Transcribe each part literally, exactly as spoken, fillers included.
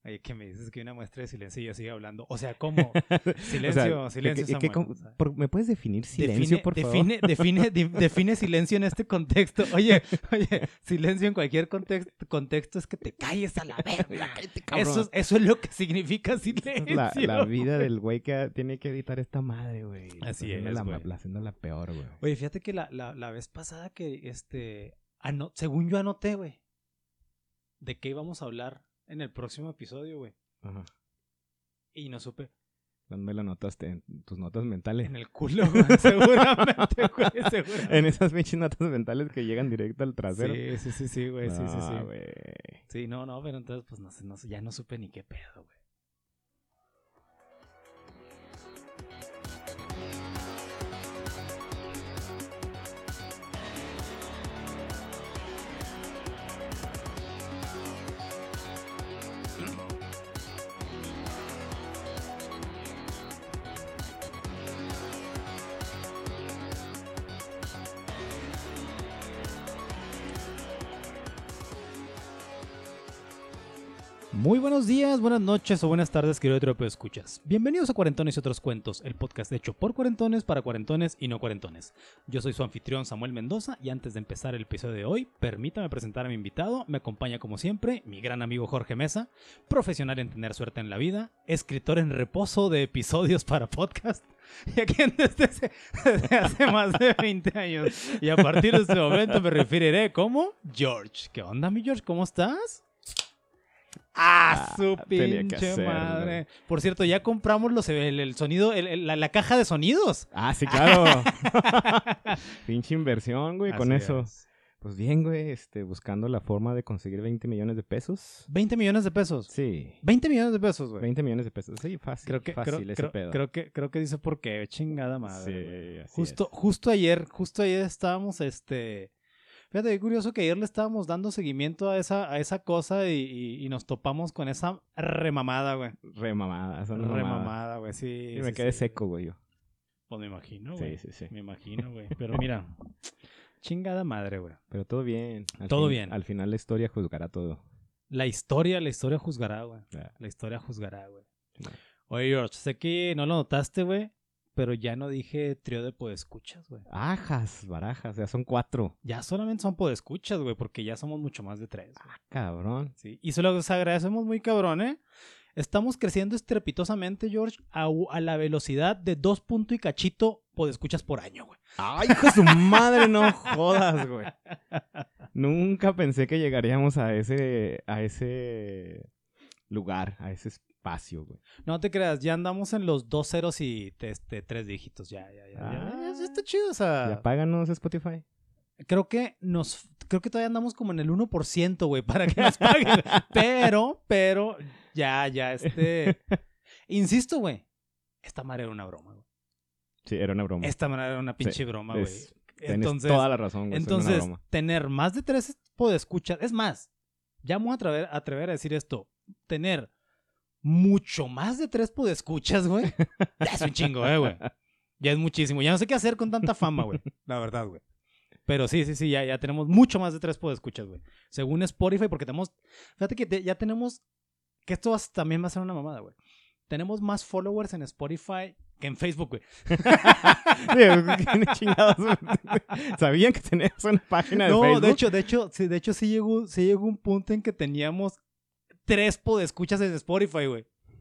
Oye, ¿qué me dices que una muestra de silencio y yo siga hablando? O sea, ¿cómo? Silencio, o sea, silencio, ¿qué, qué, Samuel. qué, O sea, por, ¿Me puedes definir silencio, define, por define, favor? define, define, define silencio en este contexto. Oye, oye, silencio en cualquier contexto, contexto es que te calles a la verga. Eso, eso es lo que significa silencio. La, la vida del güey que tiene que editar esta madre, güey. Así haciendo es, la, güey. haciendo la peor, güey. Oye, fíjate que la, la, la vez pasada que, este, ano- según yo anoté, güey, de qué íbamos a hablar en el próximo episodio, güey. Ajá. Y no supe. ¿Dónde lo notaste? ¿En tus notas mentales? En el culo, güey, seguramente, güey, seguramente. En esas pinches notas mentales que llegan directo al trasero. Sí, sí, sí, sí, güey, sí, sí, sí. No, güey. Sí, no, no, pero entonces, pues, no sé, no sé, ya no supe ni qué pedo, güey. Muy buenos días, buenas noches o buenas tardes, querido tropo de escuchas. Bienvenidos a Cuarentones y otros cuentos, el podcast hecho por cuarentones para cuarentones y no cuarentones. Yo soy su anfitrión Samuel Mendoza y antes de empezar el episodio de hoy, permítame presentar a mi invitado. Me acompaña como siempre mi gran amigo Jorge Mesa, profesional en tener suerte en la vida, escritor en reposo de episodios para podcast y a quien desde, desde hace más de veinte años y a partir de este momento me referiré como George. ¿Qué onda, mi George? ¿Cómo estás? ¡Ah, su Ah, tenía que pinche hacerlo. madre! Por cierto, ya compramos los, el, el sonido, el, el- la, la caja de sonidos. Ah, sí, claro. Pinche inversión, güey, con Así eso. es. Pues bien, güey, este, buscando la forma de conseguir veinte millones de pesos. veinte millones de pesos. Sí, veinte millones de pesos, güey. veinte millones de pesos. Sí, fácil, Creo que, fácil creo, ese creo, pedo. creo que, creo que dice por qué, chingada madre. güey. Sí, así Justo, es. justo ayer, justo ayer estábamos, este... Fíjate, qué curioso que ayer le estábamos dando seguimiento a esa, a esa cosa y, y- y nos topamos con esa remamada, güey. Remamada, esa no es mamada. Remamada, güey, sí. Sí, me sí, quedé sí. seco, güey, yo. Pues me imagino, Sí, güey. sí, sí. Me imagino, güey. Pero mira, chingada madre, güey. Pero todo bien. Al Todo fin- bien. Al final la historia juzgará todo. La historia, la historia juzgará, güey. Ya. La historia juzgará, güey. Sí. Oye, George, sé que no lo notaste, güey, pero ya no dije trío de podescuchas, güey. Ajas, barajas, ya son cuatro. Ya solamente son podescuchas, güey, porque ya somos mucho más de tres. güey. Ah, cabrón. Sí. Y se los agradecemos muy cabrón, ¿eh? Estamos creciendo estrepitosamente, George, a, a la velocidad de dos punto y cachito podescuchas por año, güey. Ay, hijo de su madre, no jodas, güey. Nunca pensé que llegaríamos a ese, a ese lugar, a ese espacio, güey. No te creas, ya andamos en los dos ceros y este, tres dígitos. Ya, ya, ya. ya, Ah. ya está chido, o sea. Ya páganos Spotify. Creo que nos. Creo que todavía andamos como en el uno por ciento, güey, para que nos paguen. pero, pero, ya, ya, este. Insisto, güey. Esta madre era una broma, güey. Sí, era una broma. Esta madre era una pinche Sí, broma, güey. es- Tienes Entonces, toda la razón, güey. eso era una entonces broma. tener más de tres podescuchas. Es más, ya me voy a atrever, atrever a decir esto. Tener mucho más de tres podescuchas, güey. Ya es un chingo, eh, güey. Ya es muchísimo. Ya no sé qué hacer con tanta fama, güey. La verdad, güey. Pero sí, sí, sí, ya, ya tenemos mucho más de tres podescuchas, güey. Según Spotify, porque tenemos... Fíjate que te- ya tenemos... Que esto va- también va a ser una mamada, güey. Tenemos más followers en Spotify que en Facebook, güey. Sí, ¿quién chingados? ¿Sabían que tenías una página de No, Facebook? de hecho, de hecho, sí, de hecho sí llegó, sí llegó un punto en que teníamos tres podescuchas en Spotify, güey.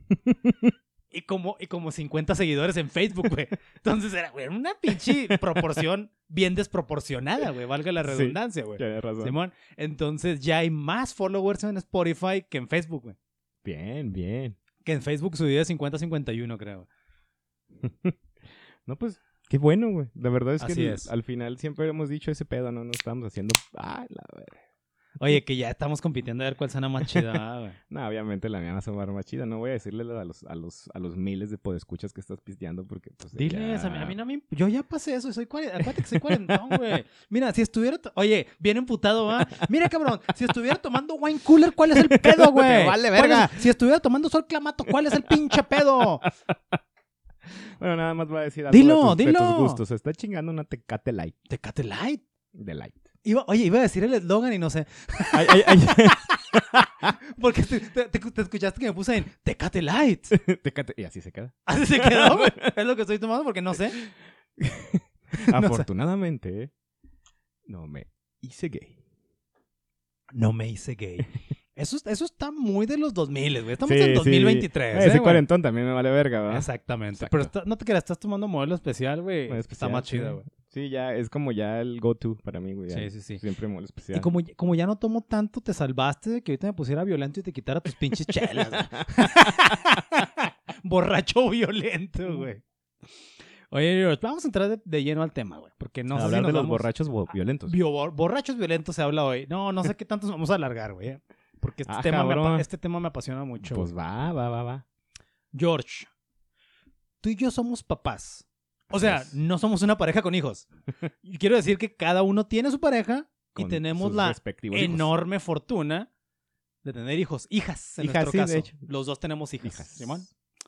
Y como, y como cincuenta seguidores en Facebook, güey. Entonces era, güey, una pinche proporción bien desproporcionada, güey. Valga la Sí, redundancia, güey. Tienes razón. Simón, entonces ya hay más followers en Spotify que en Facebook, güey. Bien, bien. Que en Facebook subí de cincuenta a cincuenta y uno, creo. No, pues, qué bueno, güey. La verdad es que Así al- es. al final siempre hemos dicho ese pedo, ¿no? No estamos haciendo... Ay, la verga. Oye, que ya estamos compitiendo a ver cuál suena más chida, güey. No, obviamente la mía va a sonar más chida. No voy a decirle a los, a los, a los miles de podescuchas que estás pisteando porque, pues... Diles, ya- a mí, a mí no me... imp- Yo ya pasé eso, soy cuare- acuérdate que soy cuarentón, güey. Mira, si estuviera... to- Oye, bien emputado, ¿va? Mira, cabrón, si estuviera tomando wine cooler, ¿cuál es el pedo, güey? Te vale ¿Cuál verga. es- Si estuviera tomando sol clamato, ¿cuál es el pinche pedo? Bueno, nada más voy a decir algo Dilo, de, tus, de dilo. tus gustos. Se está chingando una Tecate Light. Tecate Light. De Light. Iba, oye, iba a decir el eslogan y no sé. Ay, ay, ay. Porque te, te, te, te escuchaste que me puse en Tecate Light. Tecate, y así se queda. Así se quedó, güey. Es lo que estoy tomando porque no sé. Afortunadamente, ¿eh? No me hice gay. No me hice gay. Eso, eso está muy de los dos mil, güey. Estamos Sí, en dos mil veintitrés, sí. ¿eh, Ese güey? cuarentón también me vale verga, ¿verdad? Exactamente. Exacto. Pero está, no te creas, estás tomando modelo especial, güey. Modelo Está especial, más sí. chida, güey. Sí, ya es como ya el go-to para mí, güey. Sí, ya. sí, sí. Siempre modelo especial. Y como, como ya no tomo tanto, te salvaste de que ahorita me pusiera violento y te quitara tus pinches chelas, güey. Borracho violento, güey. Oye, vamos a entrar de, de lleno al tema, güey. Porque no a sé hablar si nos de los vamos... borrachos bo- violentos. Bio- bor- borrachos violentos se habla hoy. No, no sé qué tanto nos vamos a alargar, güey. ¿eh? Porque este, Ah, tema me, cabrón. apa- este tema me apasiona mucho. Pues güey. va, va, va, va. George, tú y yo somos papás. O sea, Así es. no somos una pareja con hijos. Y quiero decir que cada uno tiene su pareja y Con tenemos sus la respectivos hijos. enorme fortuna de tener hijos. Hijas, en Hijas, nuestro sí, de caso. hecho. Los dos tenemos hijas. Hijas. ¿Simón?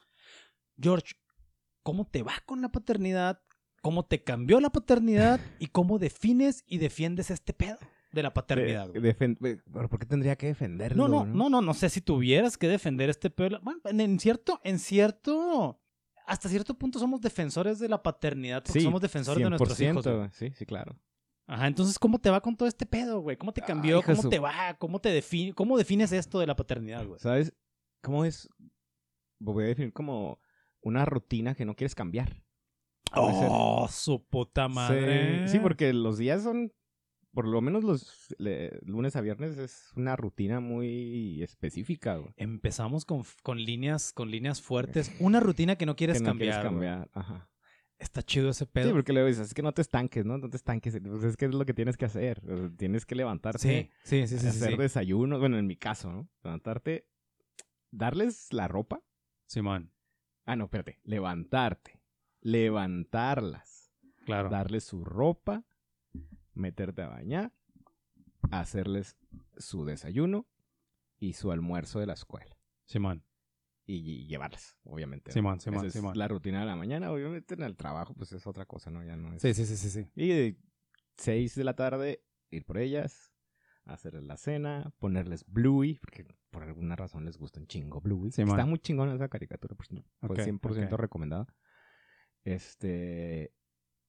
George, ¿cómo te va con la paternidad? ¿Cómo te cambió la paternidad? ¿Y cómo defines y defiendes este pedo de la paternidad? De- güey? defen- eh, ¿Pero por qué tendría que defenderlo? No, no, no, no, no sé si tuvieras que defender este pedo. Bueno, en, en cierto, en cierto, hasta cierto punto somos defensores de la paternidad porque Sí, somos defensores de nuestros hijos. güey. Sí, sí, claro. Ajá, entonces, ¿cómo te va con todo este pedo, güey? ¿Cómo te cambió? Ay, ¿Cómo Jesús. te va? ¿Cómo te define? ¿Cómo defines esto de la paternidad, güey? ¿Sabes cómo es? Voy a definir como una rutina que no quieres cambiar. Puede ser. Oh, su puta madre. Sí, sí, porque los días son, por lo menos los le- lunes a viernes, es una rutina muy específica, güey. Empezamos con, con líneas, con líneas fuertes. Una rutina que no quieres que no cambiar. quieres güey. cambiar. Ajá. Está chido ese pedo. Sí, porque luego dices, es que no te estanques, ¿no? No te estanques. Pues es que es lo que tienes que hacer. O sea, tienes que levantarte, sí, sí, sí, sí, sí, hacer sí. desayuno. Bueno, en mi caso, ¿no? Levantarte, darles la ropa. Simón, Ah, no, espérate. Levantarte, levantarlas, claro. darles su ropa, meterte a bañar, hacerles su desayuno y su almuerzo de la escuela. Simón, Y, y llevarlas, obviamente. ¿no? Simón, Simón, Esa es Simón. la rutina de la mañana. Obviamente en el trabajo, pues es otra cosa, ¿no? Ya no es... Sí, sí, sí, sí, sí. Y de seis de la tarde, ir por ellas, hacerles la cena, ponerles Bluey, porque por alguna razón les gusta un chingo Bluey. Sí, Está man. muy chingona esa caricatura, por cierto. Fue Ok, cien por ciento ok. recomendada. Este...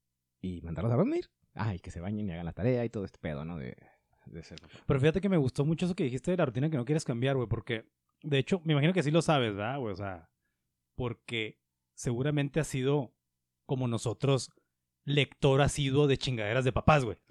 Y mandarlos a dormir. Ah, y que se bañen y hagan la tarea y todo este pedo, ¿no? De, de ser papá. Pero fíjate que me gustó mucho eso que dijiste de la rutina que no quieres cambiar, güey, porque, de hecho, me imagino que sí lo sabes, ¿verdad, güey? O sea, porque seguramente has sido, como nosotros, lector asiduo de chingaderas de papás, güey.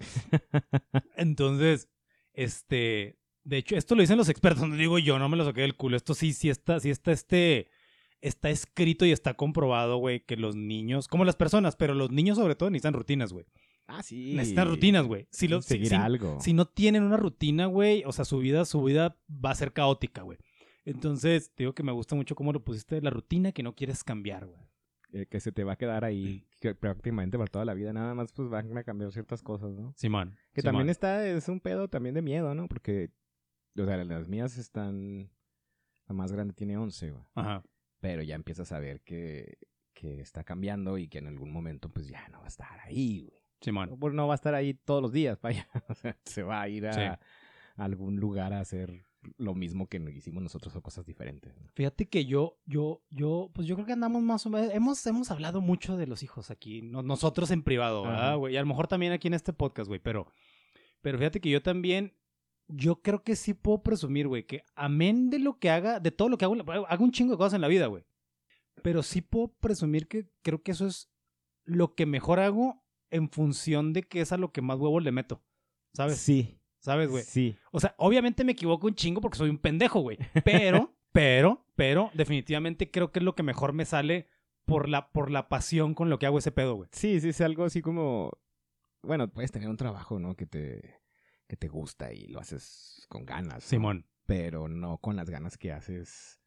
Entonces, este, de hecho, esto lo dicen los expertos, no digo yo, no me lo saqué del culo. Esto sí, sí está, sí está, este, está escrito y está comprobado, güey, que los niños, como las personas, pero los niños sobre todo necesitan rutinas, güey. Ah, sí. Necesitan rutinas, güey. Si, lo- si- Seguir si- algo. si no tienen una rutina, güey, o sea, su vida, su vida va a ser caótica, güey. Entonces, te digo que me gusta mucho cómo lo pusiste, la rutina que no quieres cambiar, güey. Eh, que se te va a quedar ahí que prácticamente para toda la vida. Nada más pues van a cambiar ciertas cosas, ¿no? Simón. Que Simón. también está, es un pedo también de miedo, ¿no? Porque, o sea, las mías están, la más grande tiene once, güey. Ajá. Pero ya empiezas a ver que, que está cambiando y que en algún momento pues ya no va a estar ahí, güey. Simón. Pues no va a estar ahí todos los días, vaya. O sea, se va a ir a, Sí. a algún lugar a hacer lo mismo que hicimos nosotros o cosas diferentes, ¿no? Fíjate que yo, yo, yo, pues yo creo que andamos más o menos, hemos, hemos hablado mucho de los hijos aquí, no- nosotros en privado, Ajá. ¿verdad, güey? Y a lo mejor también aquí en este podcast, güey, pero, pero fíjate que yo también, yo creo que sí puedo presumir, güey, que amén de lo que haga, de todo lo que hago, hago un chingo de cosas en la vida, güey. Pero sí puedo presumir que creo que eso es lo que mejor hago en función de que es a lo que más huevos le meto, ¿sabes? Sí. ¿Sabes, güey? Sí. O sea, obviamente me equivoco un chingo porque soy un pendejo, güey. Pero, pero, pero, definitivamente creo que es lo que mejor me sale por la, por la pasión con lo que hago ese pedo, güey. Sí, sí, es algo así como... Bueno, puedes tener un trabajo, ¿no? Que te, que te gusta y lo haces con ganas, ¿no? Simón. Pero no con las ganas que haces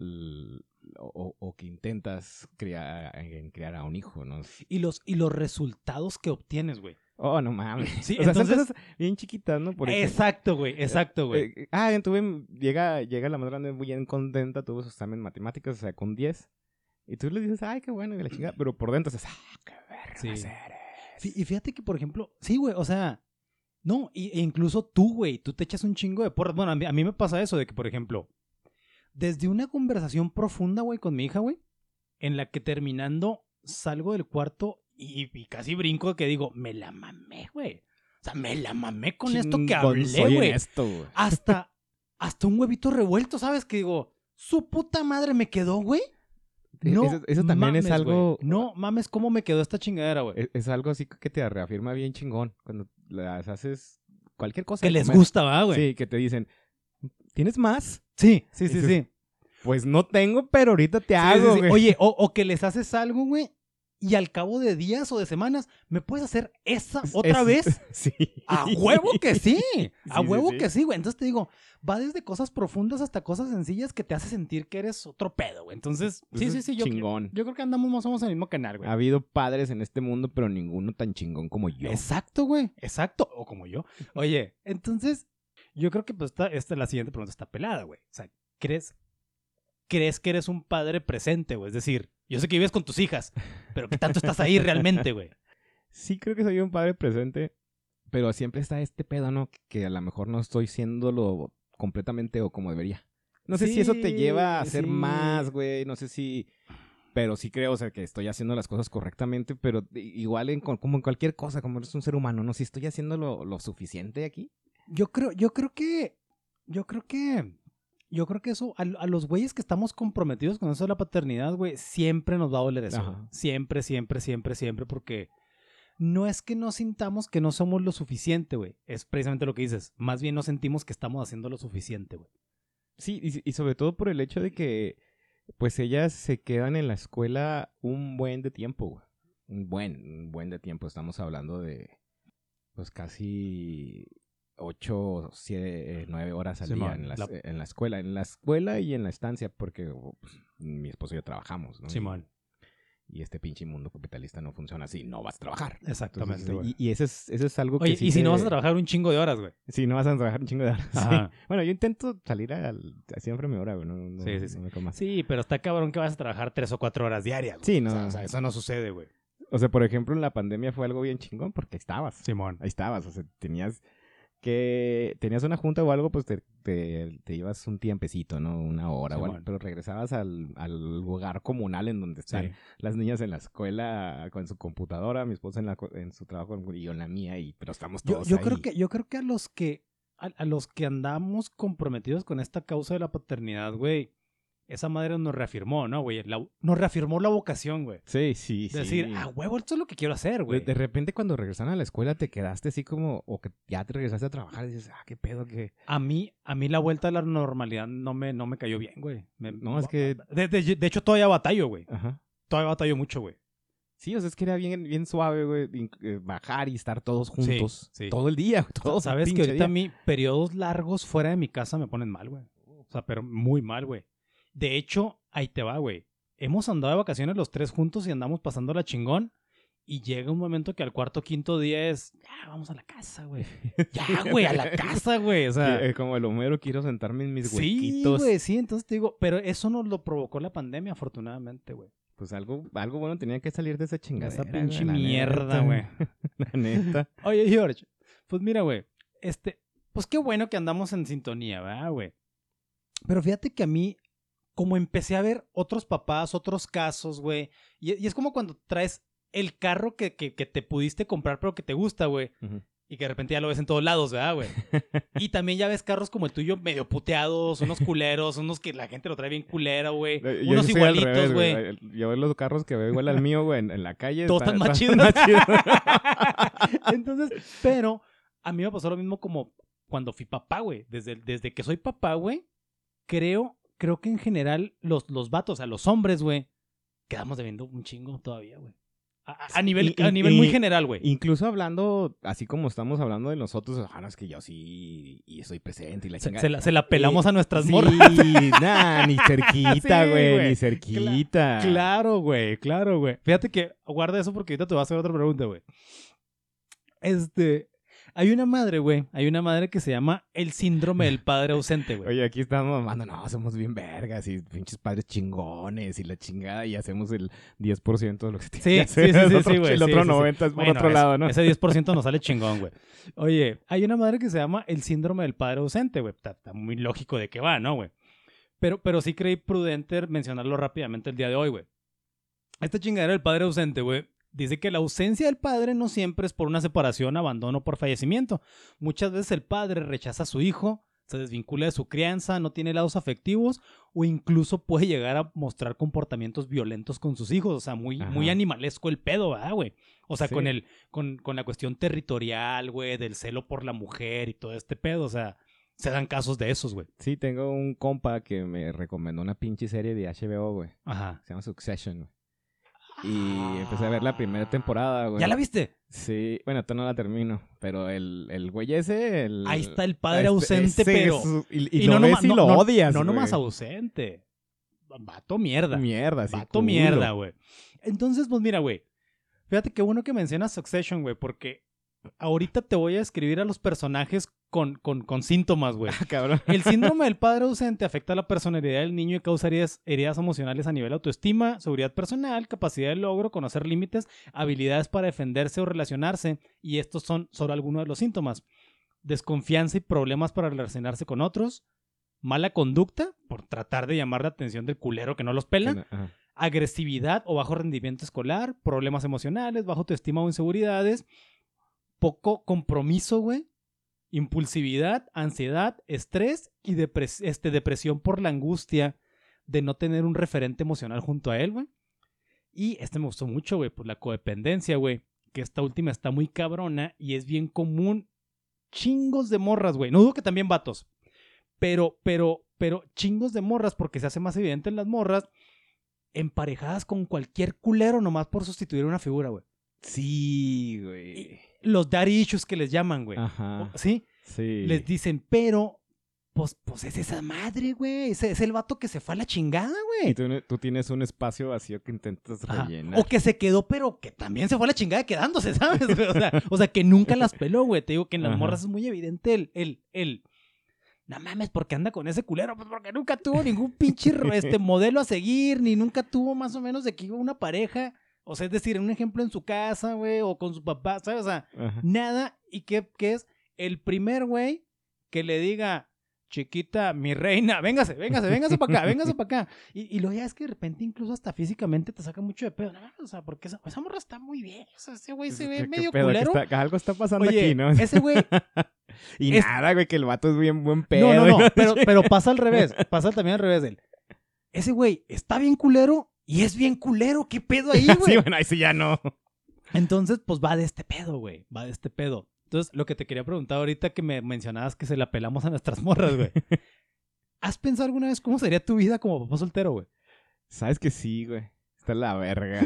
l- o, o que intentas criar, en criar a un hijo, ¿no? Y los, y los resultados que obtienes, güey. Oh, no mames. Sí, O sea, son entonces- cosas bien chiquitas, ¿no? Por ejemplo, Exacto, güey. Exacto, güey. eh, ah, tuve, llega, llega la más grande muy bien contenta, tuvo su examen en matemáticas, o sea, con diez. Y tú le dices, ay, qué bueno, que la chingada. Pero por dentro dices, ah, qué verga Sí. eres. Fí- Y fíjate que, por ejemplo, sí, güey, o sea, No, y, e incluso tú, güey, tú te echas un chingo de porras. Bueno, a mí, a mí me pasa eso de que, por ejemplo, desde una conversación profunda, güey, con mi hija, güey, en la que terminando salgo del cuarto y, y casi brinco que digo, me la mamé, güey. O sea, me la mamé con esto que hablé, güey. Hasta, hasta un huevito revuelto, ¿sabes? Que digo, su puta madre me quedó, güey. No eso, eso también mames, es algo... Güey. No mames, ¿cómo me quedó esta chingadera, güey? Es, es algo así que te reafirma bien chingón. Cuando las haces cualquier cosa. Que les comer. Gusta, ¿va, güey? Sí, que te dicen, ¿tienes más? Sí, sí, sí, dices, sí. Pues no tengo, pero ahorita te sí, hago, sí, sí. güey. Oye, o, o que les haces algo, güey, y al cabo de días o de semanas, ¿me puedes hacer esa otra es, vez? Sí. A huevo que sí. A sí, huevo sí, que sí. sí, güey. Entonces te digo, va desde cosas profundas hasta cosas sencillas que te hace sentir que eres otro pedo, güey. Entonces, sí, Eso sí, sí. Yo, chingón. Yo, yo creo que andamos más o menos en el mismo canal, güey. Ha habido padres en este mundo, pero ninguno tan chingón como yo. Exacto, güey. Exacto. O como yo. Oye, entonces, yo creo que pues esta, esta la siguiente pregunta está pelada, güey. O sea, ¿crees... ¿Crees que eres un padre presente, güey? Es decir, yo sé que vives con tus hijas, pero ¿qué tanto estás ahí realmente, güey? Sí creo que soy un padre presente, pero siempre está este pedo, ¿no? Que a lo mejor no estoy siéndolo completamente o como debería. No sé sí, si eso te lleva a hacer sí. más, güey, no sé si... Pero sí creo, o sea, que estoy haciendo las cosas correctamente, pero igual en, como en cualquier cosa, como eres un ser humano, ¿no? Si estoy haciendo lo, lo suficiente aquí. Yo creo, yo creo que... Yo creo que... Yo creo que eso, a, a los güeyes que estamos comprometidos con eso de la paternidad, güey, siempre nos va a doler eso. Ajá. Siempre, siempre, siempre, siempre, porque no es que no sintamos que no somos lo suficiente, güey. Es precisamente lo que dices. Más bien no sentimos que estamos haciendo lo suficiente, güey. Sí, y, y sobre todo por el hecho de que, pues, ellas se quedan en la escuela un buen de tiempo, güey. Un buen, un buen de tiempo. Estamos hablando de, pues, casi... ocho, siete, nueve horas al sí, día man, en, la, la... en la escuela. En la escuela y en la estancia, porque pues, mi esposo y yo trabajamos, ¿no? Sí, man. Y este pinche mundo capitalista no funciona así. No vas a trabajar. Exactamente, Entonces, y, y eso es, eso es algo Oye, que sí y si te... no vas a trabajar un chingo de horas, güey. Sí, no vas a trabajar un chingo de horas. Sí. Bueno, yo intento salir al, siempre mi hora, güey. No, no, sí, sí, sí. No me comas. Sí, pero está cabrón que vas a trabajar tres o cuatro horas diarias, güey. Sí, no. O sea, o sea, eso no sucede, güey. O sea, por ejemplo, en la pandemia fue algo bien chingón porque estabas. Simón. Ahí estabas, o sea, tenías... que tenías una junta o algo, pues te, te, te ibas un tiempecito, ¿no? Una hora sí, o algo, bueno. Pero regresabas al, al lugar comunal en donde están sí. las niñas en la escuela con su computadora, mi esposa en, la, en su trabajo y yo en la mía, y, pero estamos todos yo, yo ahí. Creo que, yo creo que a los que, a, a los que andamos comprometidos con esta causa de la paternidad, güey, esa madre nos reafirmó, ¿no, güey? La, nos reafirmó la vocación, güey. Sí, sí, de sí. decir, ah, huevo, esto es lo que quiero hacer, güey. De, de repente cuando regresaron a la escuela te quedaste así como, o que ya te regresaste a trabajar y dices, ah, qué pedo, que... A mí, a mí la vuelta a la normalidad no me, no me cayó bien, güey. Me, no, es que... De, de, de hecho, todavía batallo, güey. Ajá. Todavía batallo mucho, güey. Sí, o sea, es que era bien, bien suave, güey, bajar y estar todos juntos. Sí, sí. Todo el día, todos. Sabes que ahorita a mí, periodos largos fuera de mi casa me ponen mal, güey. O sea, pero muy mal, güey. De hecho, ahí te va, güey. Hemos andado de vacaciones los tres juntos y andamos pasando la chingón. Y llega un momento que al cuarto o quinto día es... Ya, vamos a la casa, güey. Ya, güey, a la casa, güey. O sea... Sí, como el Homero, quiero sentarme en mis huequitos. Sí, güey, sí. Entonces te digo... Pero eso nos lo provocó la pandemia, afortunadamente, güey. Pues algo, algo bueno tenía que salir de esa chingadera. Esa pinche mierda, güey. La neta. Oye, George. Pues mira, güey. Este... Pues qué bueno que andamos en sintonía, ¿verdad, güey? Pero fíjate que a mí... Como empecé a ver otros papás, otros casos, güey. Y, y es como cuando traes el carro que, que, que te pudiste comprar, pero que te gusta, güey. Uh-huh. Y que de repente ya lo ves en todos lados, ¿verdad, güey? Y también ya ves carros como el tuyo medio puteados, unos culeros, unos que la gente lo trae bien culera, güey. Yo unos igualitos, güey. Yo veo los carros que veo igual al mío, güey, en, en la calle. Todos están más chidos. Entonces, pero a mí me pasó lo mismo como cuando fui papá, güey. Desde, desde que soy papá, güey, creo... Creo que en general los, los vatos, o sea, los hombres, güey, quedamos debiendo un chingo todavía, güey. A, a nivel, y, a nivel y, muy general, güey. Incluso hablando, así como estamos hablando de nosotros, ah, no, es que yo sí y estoy presente y la chingada. Se, se, la, se la pelamos y, a nuestras sí, morras. Nah, ni cerquita, güey, sí, ni cerquita. Cla- claro, güey, claro, güey. Fíjate que, guarda eso porque ahorita te voy a hacer otra pregunta, güey. Este, Hay una madre, güey. Hay una madre que se llama el síndrome del padre ausente, güey. Oye, aquí estamos mamando, no, somos bien vergas y pinches padres chingones y la chingada y hacemos el diez por ciento de lo que se tiene Sí, que hacer. sí, sí, sí, el otro, sí, güey. el sí, otro sí, noventa sí. es por Bueno, otro es- lado, ¿no? Ese diez por ciento nos sale chingón, güey. Oye, hay una madre que se llama el síndrome del padre ausente, güey. Está, está muy lógico de qué va, ¿no, güey? Pero, pero sí creí prudente mencionarlo rápidamente el día de hoy, güey. Esta chingadera del padre ausente, güey, dice que la ausencia del padre no siempre es por una separación, abandono o por fallecimiento. Muchas veces el padre rechaza a su hijo, se desvincula de su crianza, no tiene lados afectivos o incluso puede llegar a mostrar comportamientos violentos con sus hijos. O sea, muy, muy Ajá. animalesco el pedo, ¿verdad, güey? O sea, Sí. con, el, con, con la cuestión territorial, güey, del celo por la mujer y todo este pedo. O sea, se dan casos de esos, güey. Sí, tengo un compa que me recomendó una pinche serie de H B O, güey. Ajá. Se llama Succession, güey. Y empecé a ver la primera temporada, güey. ¿Ya la viste? Sí, bueno, todavía no la termino, pero el, el güey ese... El, Ahí está el padre este- ausente, ese pero... es- y, y Y lo no ves noma- y no- lo no- odias, No güey. nomás ausente. Vato mierda. Mierda, sí. Vato culo. mierda, güey. Entonces, pues mira, güey. Fíjate qué bueno que mencionas Succession, güey, porque ahorita te voy a escribir a los personajes con, con, con síntomas, güey. Ah, cabrón. El síndrome del padre ausente afecta la personalidad del niño y causa heridas, heridas emocionales a nivel de autoestima, seguridad personal, capacidad de logro, conocer límites, habilidades para defenderse o relacionarse. Y estos son solo algunos de los síntomas. Desconfianza y problemas para relacionarse con otros. Mala conducta, por tratar de llamar la atención del culero que no los pela. Ajá. Agresividad o bajo rendimiento escolar. Problemas emocionales, bajo autoestima o inseguridades. Poco compromiso, güey. Impulsividad, ansiedad, estrés y depres- este, depresión por la angustia de no tener un referente emocional junto a él, güey. Y este me gustó mucho, güey, por la codependencia, güey. Que esta última está muy cabrona y es bien común. Chingos de morras, güey. No dudo que también vatos. Pero, pero, pero chingos de morras porque se hace más evidente en las morras emparejadas con cualquier culero nomás por sustituir una figura, güey. Sí, güey. Los daddy issues que les llaman, güey. Ajá. ¿Sí? Sí. Les dicen, pero, pues, pues es esa madre, güey. Ese es el vato que se fue a la chingada, Y güey. tú, tú tienes un espacio vacío que intentas Ajá. rellenar. O que se quedó, pero que también se fue a la chingada quedándose, ¿sabes? güey? O sea, o sea, que nunca las peló, güey. Te digo que en las Ajá. morras es muy evidente el, el, el. No mames, ¿por qué anda con ese culero? Pues porque nunca tuvo ningún pinche este modelo a seguir, ni nunca tuvo más o menos de que iba una pareja. O sea, es decir, un ejemplo en su casa, güey, o con su papá, ¿sabes? O sea, Ajá. nada. ¿Y qué, qué es? El primer güey que le diga, chiquita, mi reina, véngase, véngase, véngase para acá, véngase para acá. Y, y luego ya es que de repente incluso hasta físicamente te saca mucho de pedo. No, o sea, porque esa, esa morra está muy bien. O sea, ese güey se ve ¿Qué- qué medio pedo? ¿Qué culero. está- que algo está pasando Oye, aquí, ¿no? ese güey... Y es- nada, güey, que el vato es bien buen pedo. No, no, no, güey. pero, pero pasa al revés. Pasa también al revés de él. Ese güey está bien culero y es bien culero. ¿Qué pedo ahí, güey? Sí, bueno, ahí sí ya no. Entonces, pues va de este pedo, güey. Va de este pedo. Entonces, lo que te quería preguntar ahorita que me mencionabas que se la pelamos a nuestras morras, güey. ¿Has pensado alguna vez cómo sería tu vida como papá soltero, güey? Sabes que sí, güey. Está la verga.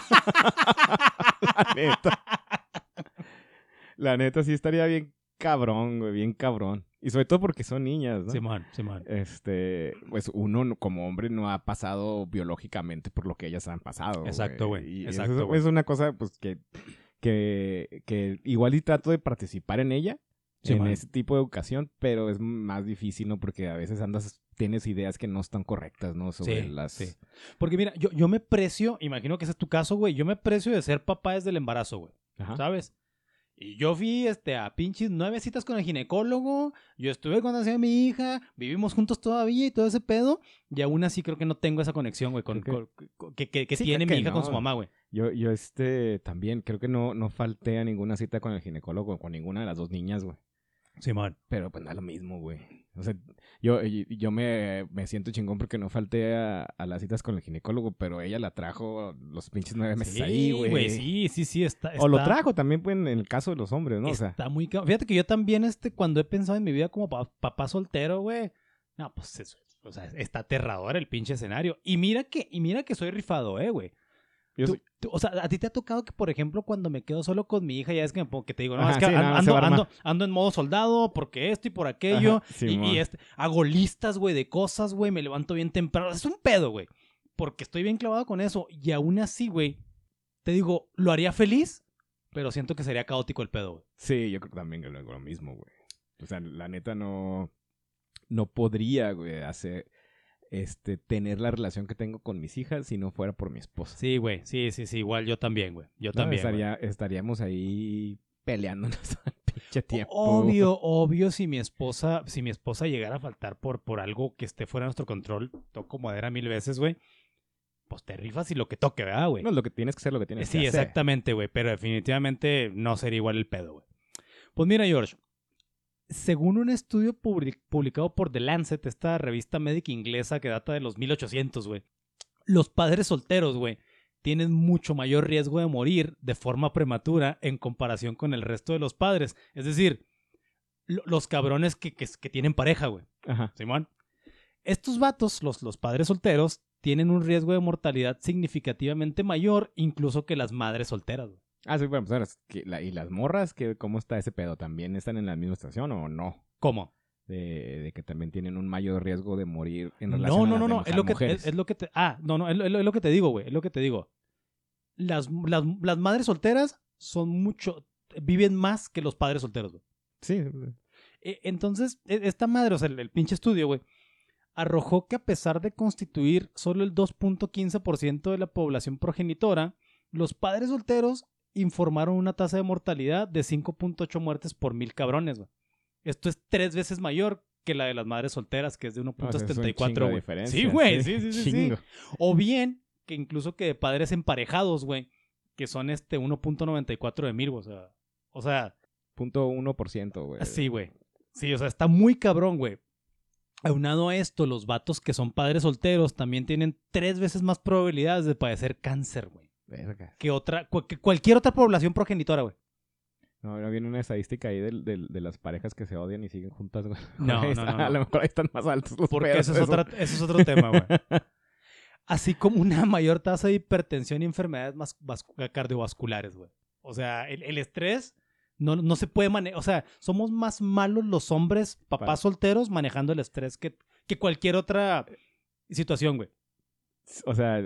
La neta. La neta sí estaría bien cabrón, güey, bien cabrón. Y sobre todo porque son niñas, ¿no? Simón, Simón. Este, pues uno no- como hombre no ha pasado biológicamente por lo que ellas han pasado. Exacto, güey. Y Exacto, eso güey. es una cosa, pues, que, que, que igual y trato de participar en ella, Sí, en man. ese tipo de educación, pero es más difícil, ¿no? Porque a veces andas, tienes ideas que no están correctas, ¿no? Sobre Sí, las... sí. Porque mira, yo, yo me precio, imagino que ese es tu caso, güey. Yo me precio de ser papá desde el embarazo, güey. Ajá. ¿Sabes? Y yo fui este, a pinches nueve citas con el ginecólogo. Yo estuve cuando hacía mi hija. Vivimos juntos todavía y todo ese pedo. Y aún así creo que no tengo esa conexión, güey, con, Creo con- con- que, que, que Sí, tiene creo mi que hija con no. su mamá, güey. Yo, yo este, también creo que no, no falté a ninguna cita con el ginecólogo, con ninguna de las dos niñas, güey. Simón. Pero pues no es lo mismo, güey. O sea, yo, yo me, me siento chingón porque no falté a, a las citas con el ginecólogo, pero ella la trajo los pinches nueve meses Sí, ahí, güey. Sí, sí, sí. Está, O lo está- trajo también, pues, en el caso de los hombres, ¿no? O sea, Está muy cabrón. Fíjate que yo también, este, cuando he pensado en mi vida como pa- papá soltero, güey. No, pues eso. O sea, está aterrador el pinche escenario. Y mira que, y mira que soy rifado, eh, güey. yo Tú- sí- tú- o sea, a ti te ha tocado que, por ejemplo, cuando me quedo solo con mi hija, ya es que, me pongo- que te digo, no, Ajá, es que sí, an- no, se ando, va a armar. ando, ando en modo soldado porque esto y por aquello. Ajá, y, Simón. y este, hago listas, güey, de cosas, güey, me levanto bien temprano. Es un pedo, güey. Porque estoy bien clavado con eso. Y aún así, güey, te digo, ¿lo haría feliz? pero siento que sería caótico el pedo, güey. Sí, yo creo que también lo, lo mismo, güey. O sea, la neta no, no podría, güey, hacer, este, tener la relación que tengo con mis hijas si no fuera por mi esposa. Sí, güey, sí, sí, sí, igual yo también, güey. Yo No, también, estaría, estaríamos ahí peleándonos todo el pinche tiempo. Obvio, obvio, si mi esposa, si mi esposa llegara a faltar por, por algo que esté fuera de nuestro control, toco madera mil veces, güey, pues te rifas y lo que toque, ¿verdad, güey? No, lo que tienes que hacer, lo que tienes Sí, que hacer. exactamente, güey, pero definitivamente no sería igual el pedo, güey. Pues mira, George, según un estudio public- publicado por The Lancet, esta revista médica inglesa que data de los mil ochocientos, güey, los padres solteros, güey, tienen mucho mayor riesgo de morir de forma prematura en comparación con el resto de los padres. Es decir, lo- los cabrones que, que, que tienen pareja, güey. Ajá. Simón. Estos vatos, los, los padres solteros, tienen un riesgo de mortalidad significativamente mayor incluso que las madres solteras, güey. Ah, sí, bueno, pues ahora, que la- ¿y las morras? ¿Qué, ¿Cómo está ese pedo? ¿También están en la misma estación o no? ¿Cómo? De, de que también tienen un mayor riesgo de morir en relación No, a no, las no, de no. mujer- Es lo, que, mujeres. es, es lo que te. Ah, no, no. Es lo, es lo que te digo, güey. Es lo que te digo. Las, las, las madres solteras son mucho. Viven más que los padres solteros, güey. Sí. E- Entonces, e- esta madre, o sea, el, el pinche estudio, güey, arrojó que a pesar de constituir solo el dos punto quince por ciento de la población progenitora, los padres solteros informaron una tasa de mortalidad de cinco punto ocho muertes por mil cabrones, güey. Esto es tres veces mayor que la de las madres solteras, que es de uno punto setenta y cuatro, güey. Sí, güey, sí, sí, sí, sí. O bien, que incluso que de padres emparejados, güey, que son este uno punto noventa y cuatro de mil, o sea, o sea, Punto uno por ciento, güey. sí, güey. Sí, o sea, está muy cabrón, güey. Aunado a esto, los vatos que son padres solteros también tienen tres veces más probabilidades de padecer cáncer, güey. Verga. Que, otra, cu- que cualquier otra población progenitora, güey. No, no viene una estadística ahí del- del- de, las parejas que se odian y siguen juntas, güey. No, Ahí no, está- no, no. A lo mejor ahí están más altos los Porque pedos, eso es, otra, eso es otro tema, güey. Así como una mayor tasa de hipertensión y enfermedades más vas- cardiovasculares, güey. O sea, el, el estrés no, no se puede manejar. O sea, somos más malos los hombres, papás Para- solteros, manejando el estrés que, que cualquier otra situación, güey. O sea,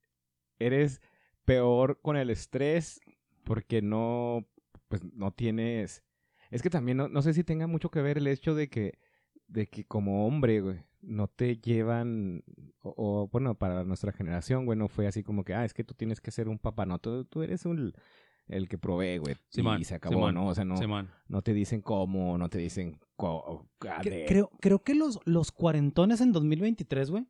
eres peor con el estrés porque no, pues no tienes... Es que también no, no sé si tenga mucho que ver el hecho de que, de que como hombre, güey, no te llevan, o, o, bueno, para nuestra generación, güey, no fue así como que, ah, es que tú tienes que ser un papá, no, tú, tú eres un, el que provee, güey, Simón, y se acabó, Simón, ¿no? O sea, no, Simón. no te dicen cómo, no te dicen... co- a Cre- de- Creo, creo que los, los cuarentones en dos mil veintitrés, güey,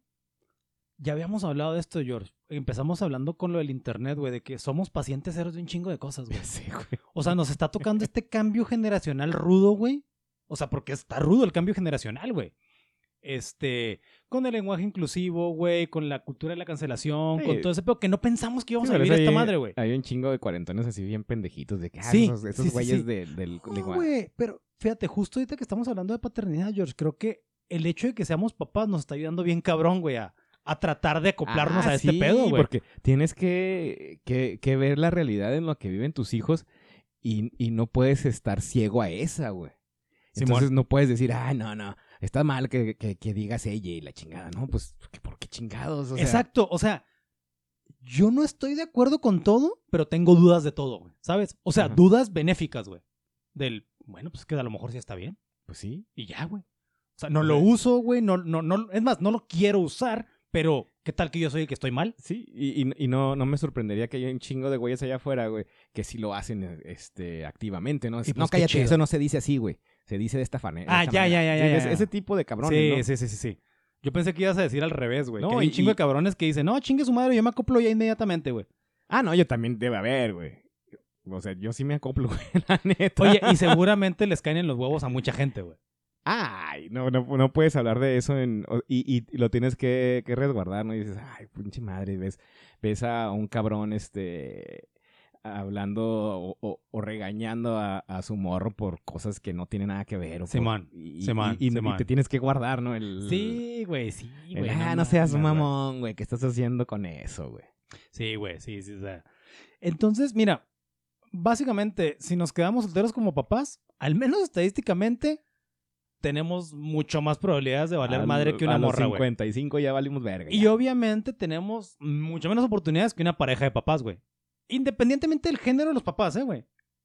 ya habíamos hablado de esto, George. Empezamos hablando con lo del internet, güey, de que somos pacientes ceros de un chingo de cosas, güey. Sí, güey. O sea, nos está tocando este cambio generacional rudo, güey. O sea, porque está rudo el cambio generacional, güey. Este, con el lenguaje inclusivo, güey, con la cultura de la cancelación, Sí. con todo ese pedo que no pensamos que íbamos Sí, a pero vivir eso esta hay- madre, güey. Hay un chingo de cuarentones así bien pendejitos de que, ah, Sí, esos, esos sí, sí, güeyes sí. de- del... No, lenguaje. güey, pero fíjate, justo ahorita que estamos hablando de paternidad, George, creo que el hecho de que seamos papás nos está ayudando bien cabrón, güey, a, a tratar de acoplarnos Ah, a este sí, pedo, güey. porque tienes que, que, que ver la realidad en lo que viven tus hijos y, y no puedes estar ciego a esa, güey. Entonces Simón. no puedes decir, ah, no, no, está mal que, que, que digas ella y la chingada. No, pues, ¿qué- ¿por qué chingados? O sea, Exacto, o sea, yo no estoy de acuerdo con todo, pero tengo dudas de todo, güey, ¿sabes? O sea, Ajá. dudas benéficas, güey. Del, bueno, pues que a lo mejor sí está bien. Pues sí. Y ya, güey. O sea, no O lo sea- uso, güey, no, no, no, es más, no lo quiero usar, pero ¿qué tal que yo soy el que estoy mal? Sí, y, y, y no, no me sorprendería que haya un chingo de güeyes allá afuera, güey, que sí lo hacen este, activamente, ¿no? Y pues no, qué cállate, chido. eso no se dice así, güey. Se dice de esta, fane- de Ah, esta ya, manera. ya, ya, Sí, ya, ese, ya. ese tipo de cabrones, Sí, ¿no? sí, sí, sí, sí. Yo pensé que ibas a decir al revés, güey. No, que hay un y- chingo de y- cabrones que dicen, no, chingue su madre, yo me acoplo ya inmediatamente, güey. Ah, no, yo también debe haber, güey. O sea, yo sí me acoplo, güey, la neta. Oye, y seguramente les caen en los huevos a mucha gente, güey. Ay, no, no, no puedes hablar de eso en, o- y, y, y lo tienes que, que resguardar, ¿no? Y dices, ay, pinche madre, ves, ves a un cabrón, este, hablando o, o- o regañando a, a su morro por cosas que no tienen nada que ver. O por- Simón, y, Simón, y, y- y Simón. te tienes que guardar, ¿no? El, Sí, güey, sí, el, güey. ah, no seas un mames, güey. mamón, güey, ¿qué estás haciendo con eso, güey? Sí, güey, sí, sí, o sea. Entonces, mira, básicamente, si nos quedamos solteros como papás, al menos estadísticamente, tenemos mucho más probabilidades de valer A madre lo- que una a los morra, güey. cincuenta y cinco ya valimos verga. Y ya. obviamente tenemos mucho menos oportunidades que una pareja de papás, güey. Independientemente del género de los papás, ¿eh, güey?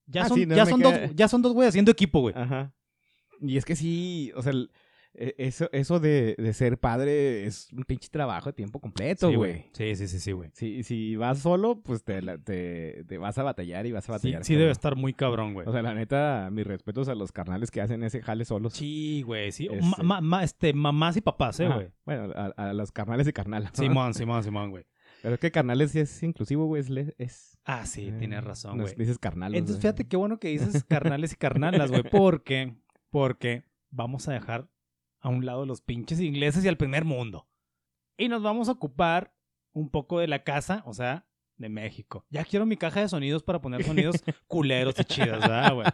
Ya Ah, son, sí, no ya me son queda- dos, ya son dos güeyes haciendo equipo, güey. Ajá. Y es que sí, o sea, el- e- eso, eso de, de ser padre es un pinche trabajo a tiempo completo, Sí, güey. Sí, sí, sí, sí, güey. Si, si vas solo, pues te, la- te, te vas a batallar y vas a Sí, batallar. sí cabrón. debe estar muy cabrón, güey. O sea, la neta, mis respetos a los carnales que hacen ese jale solos. Sí, güey, sí. Este- Ma- ma- ma- este, mamás y papás, eh, Ajá. güey. Bueno, a, a los carnales y carnal. ¿no? Simón, Simón, Simón, güey. Pero es que carnales sí es inclusivo, güey. Es, le- es Ah, sí, eh, tienes razón, no güey. dices carnalos. Entonces, güey. fíjate qué bueno que dices carnales y carnalas, güey. Porque, porque vamos a dejar a un lado los pinches ingleses y al primer mundo. Y nos vamos a ocupar un poco de la casa, o sea, de México. Ya quiero mi caja de sonidos para poner sonidos culeros y chidos, ¿verdad, güey?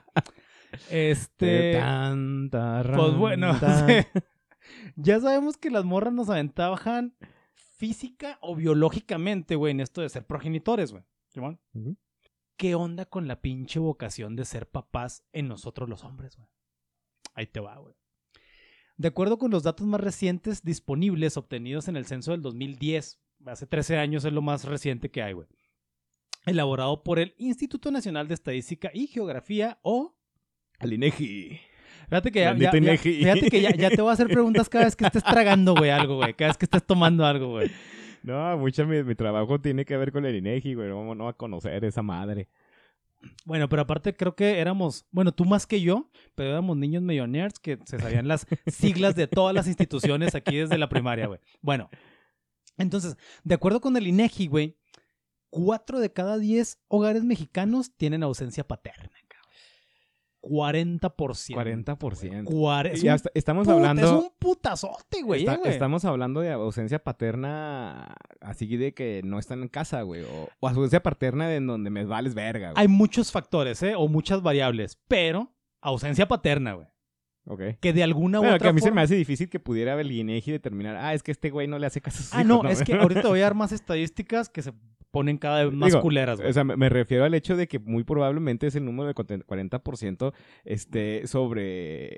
Este... Tan, tarran, Pues bueno, tan. sí. Ya sabemos que las morras nos aventajan física o biológicamente, güey, en esto de ser progenitores, güey. ¿Simón? Ujú. ¿Qué onda con la pinche vocación de ser papás en nosotros los hombres, güey? Ahí te va, güey. De acuerdo con los datos más recientes disponibles obtenidos en el censo del dos mil diez, hace trece años es lo más reciente que hay, güey. Elaborado por el Instituto Nacional de Estadística y Geografía o... Al INEGI. Fíjate que, ya, Maldito ya- ya- Inegi. fíjate que ya, ya te voy a hacer preguntas cada vez que estés tragando, güey, algo, güey. Cada vez que estés tomando algo, güey. No, mucho mi, mi trabajo tiene que ver con el INEGI, güey. ¿Cómo no va a conocer esa madre? Bueno, pero aparte creo que éramos, bueno, tú más que yo, pero éramos niños medio nerds que se sabían las siglas de todas las instituciones aquí desde la primaria, güey. Bueno, entonces, de acuerdo con el INEGI, güey, cuatro de cada diez hogares mexicanos tienen ausencia paterna, cabrón. cuarenta por ciento. cuarenta por ciento. Cuare- es Y un hasta- estamos puta- hablando... Es un putazote, güey. Está- eh, güey. estamos hablando de ausencia paterna así de que no están en casa, güey. O, o ausencia paterna de en donde me vales verga, güey. Hay muchos factores, ¿eh? O muchas variables, pero ausencia paterna, güey. Ok. Que de alguna u Bueno, otra que a mí se forma... me hace difícil que pudiera el INEGI determinar, ah, es que este güey no le hace caso a sus Ah, hijos, no, es que ahorita te voy a dar más estadísticas que se ponen cada vez más Digo, culeras, güey. O sea, me, me refiero al hecho de que muy probablemente ese número de cuarenta por ciento este, sobre,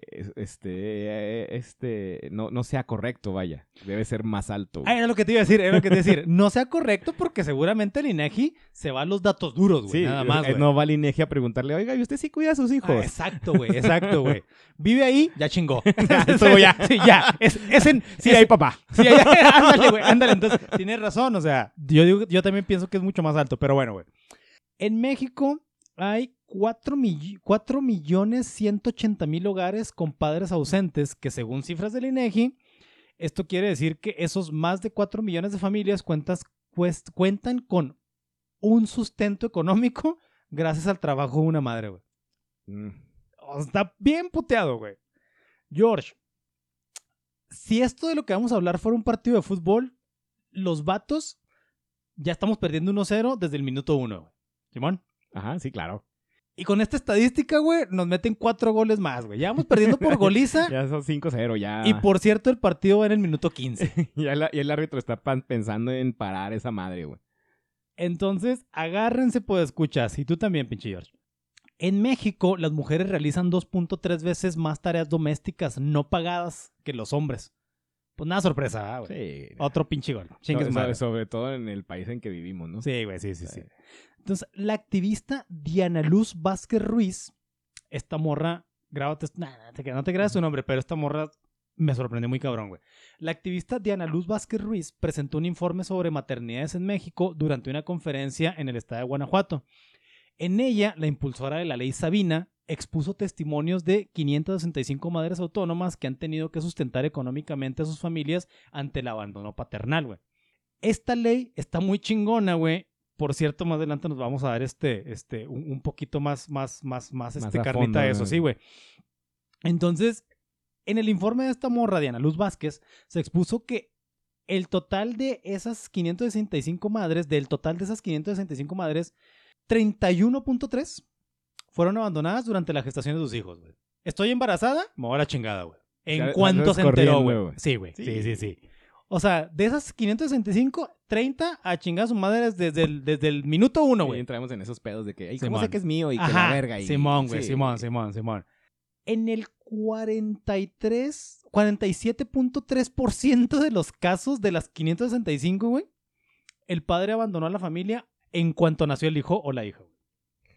este, este, no, no sea correcto, vaya. Debe ser más alto. Ah, era lo que te iba a decir, era lo que te iba a decir. No sea correcto porque seguramente el INEGI se va a los datos duros, güey. Sí, nada más, eh, güey. no va al INEGI a preguntarle, oiga, ¿y usted sí cuida a sus hijos? Ah, exacto, güey, exacto, güey. Vive ahí, ya chingó. Todo ya. Sí, ya. Es, es en... Sí, es- hay papá. Sí, ahí- ándale, güey, ándale. Entonces, tienes razón, o sea, yo, digo, yo también pienso que es mucho más alto, pero bueno, güey. En México hay cuatro millones ciento ochenta mil hogares con padres ausentes, que según cifras del INEGI, esto quiere decir que esos más de cuatro millones de familias cuentas, cuest- cuentan con un sustento económico gracias al trabajo de una madre, güey. Mm. O sea, está bien puteado, güey. George, si esto de lo que vamos a hablar fuera un partido de fútbol, los vatos ya estamos perdiendo uno cero desde el minuto uno, güey. ¿Simón? Ajá, sí, claro. Y con esta estadística, güey, nos meten cuatro goles más, güey. Ya vamos perdiendo por goliza. Ya son cinco cero, ya. Y por cierto, el partido va en el minuto quince. ya el, y el árbitro está pan- pensando en parar esa madre, güey. Entonces, agárrense, pues, escuchas. Y tú también, pinche George. En México, las mujeres realizan dos punto tres veces más tareas domésticas no pagadas que los hombres. Pues nada sorpresa, ah, güey. Sí. Otro pinche gol. Chingue So- su madre. sobre, sobre todo en el país en que vivimos, ¿no? Sí, güey, sí, sí, sí. Entonces, la activista Diana Luz Vázquez Ruiz, esta morra, grábate, nah, no te, no te creas su nombre, pero esta morra me sorprendió muy cabrón, güey. La activista Diana Luz Vázquez Ruiz presentó un informe sobre maternidades en México durante una conferencia en el estado de Guanajuato. En ella, la impulsora de la ley Sabina expuso testimonios de quinientas sesenta y cinco madres autónomas que han tenido que sustentar económicamente a sus familias ante el abandono paternal, güey. Esta ley está muy chingona, güey. Por cierto, más adelante nos vamos a dar este, este, un, un poquito más, más, más, más, este, a carnita fondo, de eso, güey. sí, güey. Entonces, en el informe de esta morra, Diana Luz Vázquez, se expuso que el total de esas quinientas sesenta y cinco madres, del total de esas quinientas sesenta y cinco madres, treinta y uno punto tres fueron abandonadas durante la gestación de sus hijos, güey. Estoy embarazada, me voy a la chingada, güey. En O sea, cuanto sales se enteró, corriendo, güey. güey. Sí, güey. Sí. Sí. sí, sí, O sea, de esas quinientas sesenta y cinco, treinta a chingar a sus madres desde el, desde el minuto uno, Y güey. entramos en esos pedos de que, "Ay, ¿cómo Simón. sé que es mío? Y que Ajá, la verga. Y, Simón, güey, sí. Simón, Simón, Simón. En el cuarenta y tres, cuarenta y siete punto tres por ciento de los casos de las quinientas sesenta y cinco, güey, el padre abandonó a la familia en cuanto nació el hijo o la hija, güey.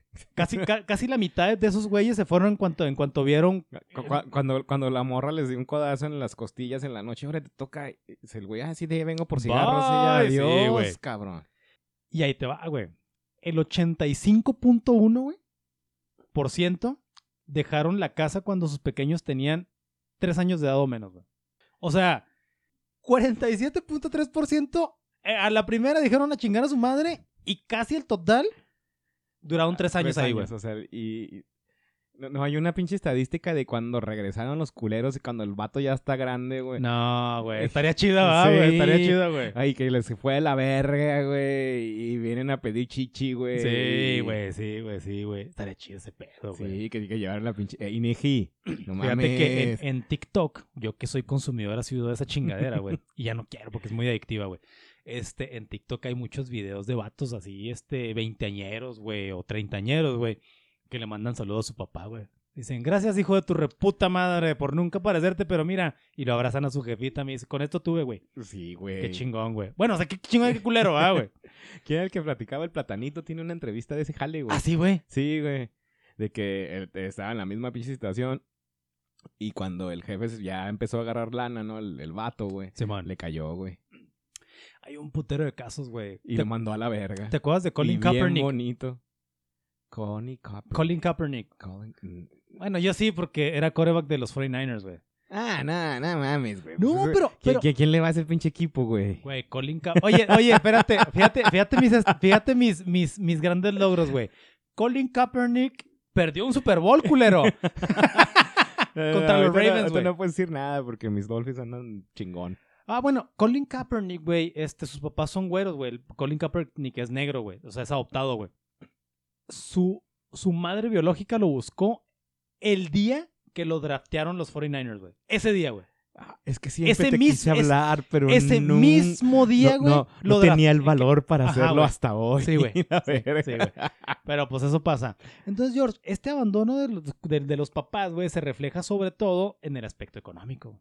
Casi, ca- casi la mitad de esos güeyes se fueron en cuanto, en cuanto vieron... Cu- cu- Cuando, cuando la morra les dio un codazo en las costillas en la noche, ahora te toca. El güey así de vengo por cigarros y ya, Bye, sí, adiós, güey. cabrón. Y ahí te va, güey. El ochenta y cinco punto uno, güey, por ciento dejaron la casa cuando sus pequeños tenían tres años de edad o menos, güey. O sea, cuarenta y siete punto tres por ciento eh, a la primera dijeron a chingar a su madre y casi el total duraron tres años Tres ahí, güey. O sea, y... y- No, no, hay una pinche estadística de cuando regresaron los culeros y cuando el vato ya está grande, güey. No, güey. Estaría chido, ¿verdad, güey? Sí. Estaría chido, güey. Ay, que les fue de la verga, güey. Y vienen a pedir chichi, güey. Sí, güey, sí, güey, sí, güey. Estaría chido ese pedo, güey. Sí, que, que llevaron la pinche... Eh, Ineji. No mames. Fíjate que en, en TikTok, yo que soy consumidor asiduo de esa chingadera, güey. Y ya no quiero porque es muy adictiva, güey. Este, en TikTok hay muchos videos de vatos así, este, veinteañeros, güey, o treintañeros, güey, que le mandan saludos a su papá, güey. Dicen, gracias, hijo de tu reputa madre, por nunca parecerte, pero mira. Y lo abrazan a su jefita, me dice, con esto tuve, güey. Sí, güey. Qué chingón, güey. Bueno, o sea, qué chingón, qué culero, ah, güey. ¿Quién era el que platicaba el platanito? Tiene una entrevista de ese jale, güey. Ah, sí, güey. Sí, güey. De que él estaba en la misma pinche situación. Y cuando el jefe ya empezó a agarrar lana, ¿no? El, el vato, güey. Simón. Le cayó, güey. Hay un putero de casos, güey. Y ¿Te, lo mandó a la verga. ¿Te acuerdas de Colin y Kaepernick? Bien bonito. Colin Kaepernick. Colin Kaepernick. Colin... mm. Bueno, yo sí, porque era quarterback de los cuarenta y nueve ers, güey. Ah, no, no mames, güey. No, Pues, pero- ¿quién, pero- quién- quién le va a ese pinche equipo, güey? Güey, Colin Kaepernick. Oye, oye, espérate. Fíjate, fíjate mis, fíjate mis, mis, mis grandes logros, güey. Colin Kaepernick perdió un Super Bowl, culero. Contra los Ahorita no- Ravens, ahorita güey. no puedo decir nada porque mis Dolphins andan chingón. Ah, bueno, Colin Kaepernick, güey, este, sus papás son güeros, güey. El Colin Kaepernick es negro, güey. O sea, es adoptado, güey. Su, su madre biológica lo buscó el día que lo draftearon los cuarenta y nueve ers, güey. Ese día, güey. Ah, es que siempre Ese te mis- quise es- hablar, pero Ese no, mismo día, no, güey. no, lo no tenía el draft- valor para Ajá, hacerlo güey. hasta hoy. Sí, güey. La Sí, verga. sí, güey. Pero pues eso pasa. Entonces, George, este abandono de los, de, de los papás, güey, se refleja sobre todo en el aspecto económico.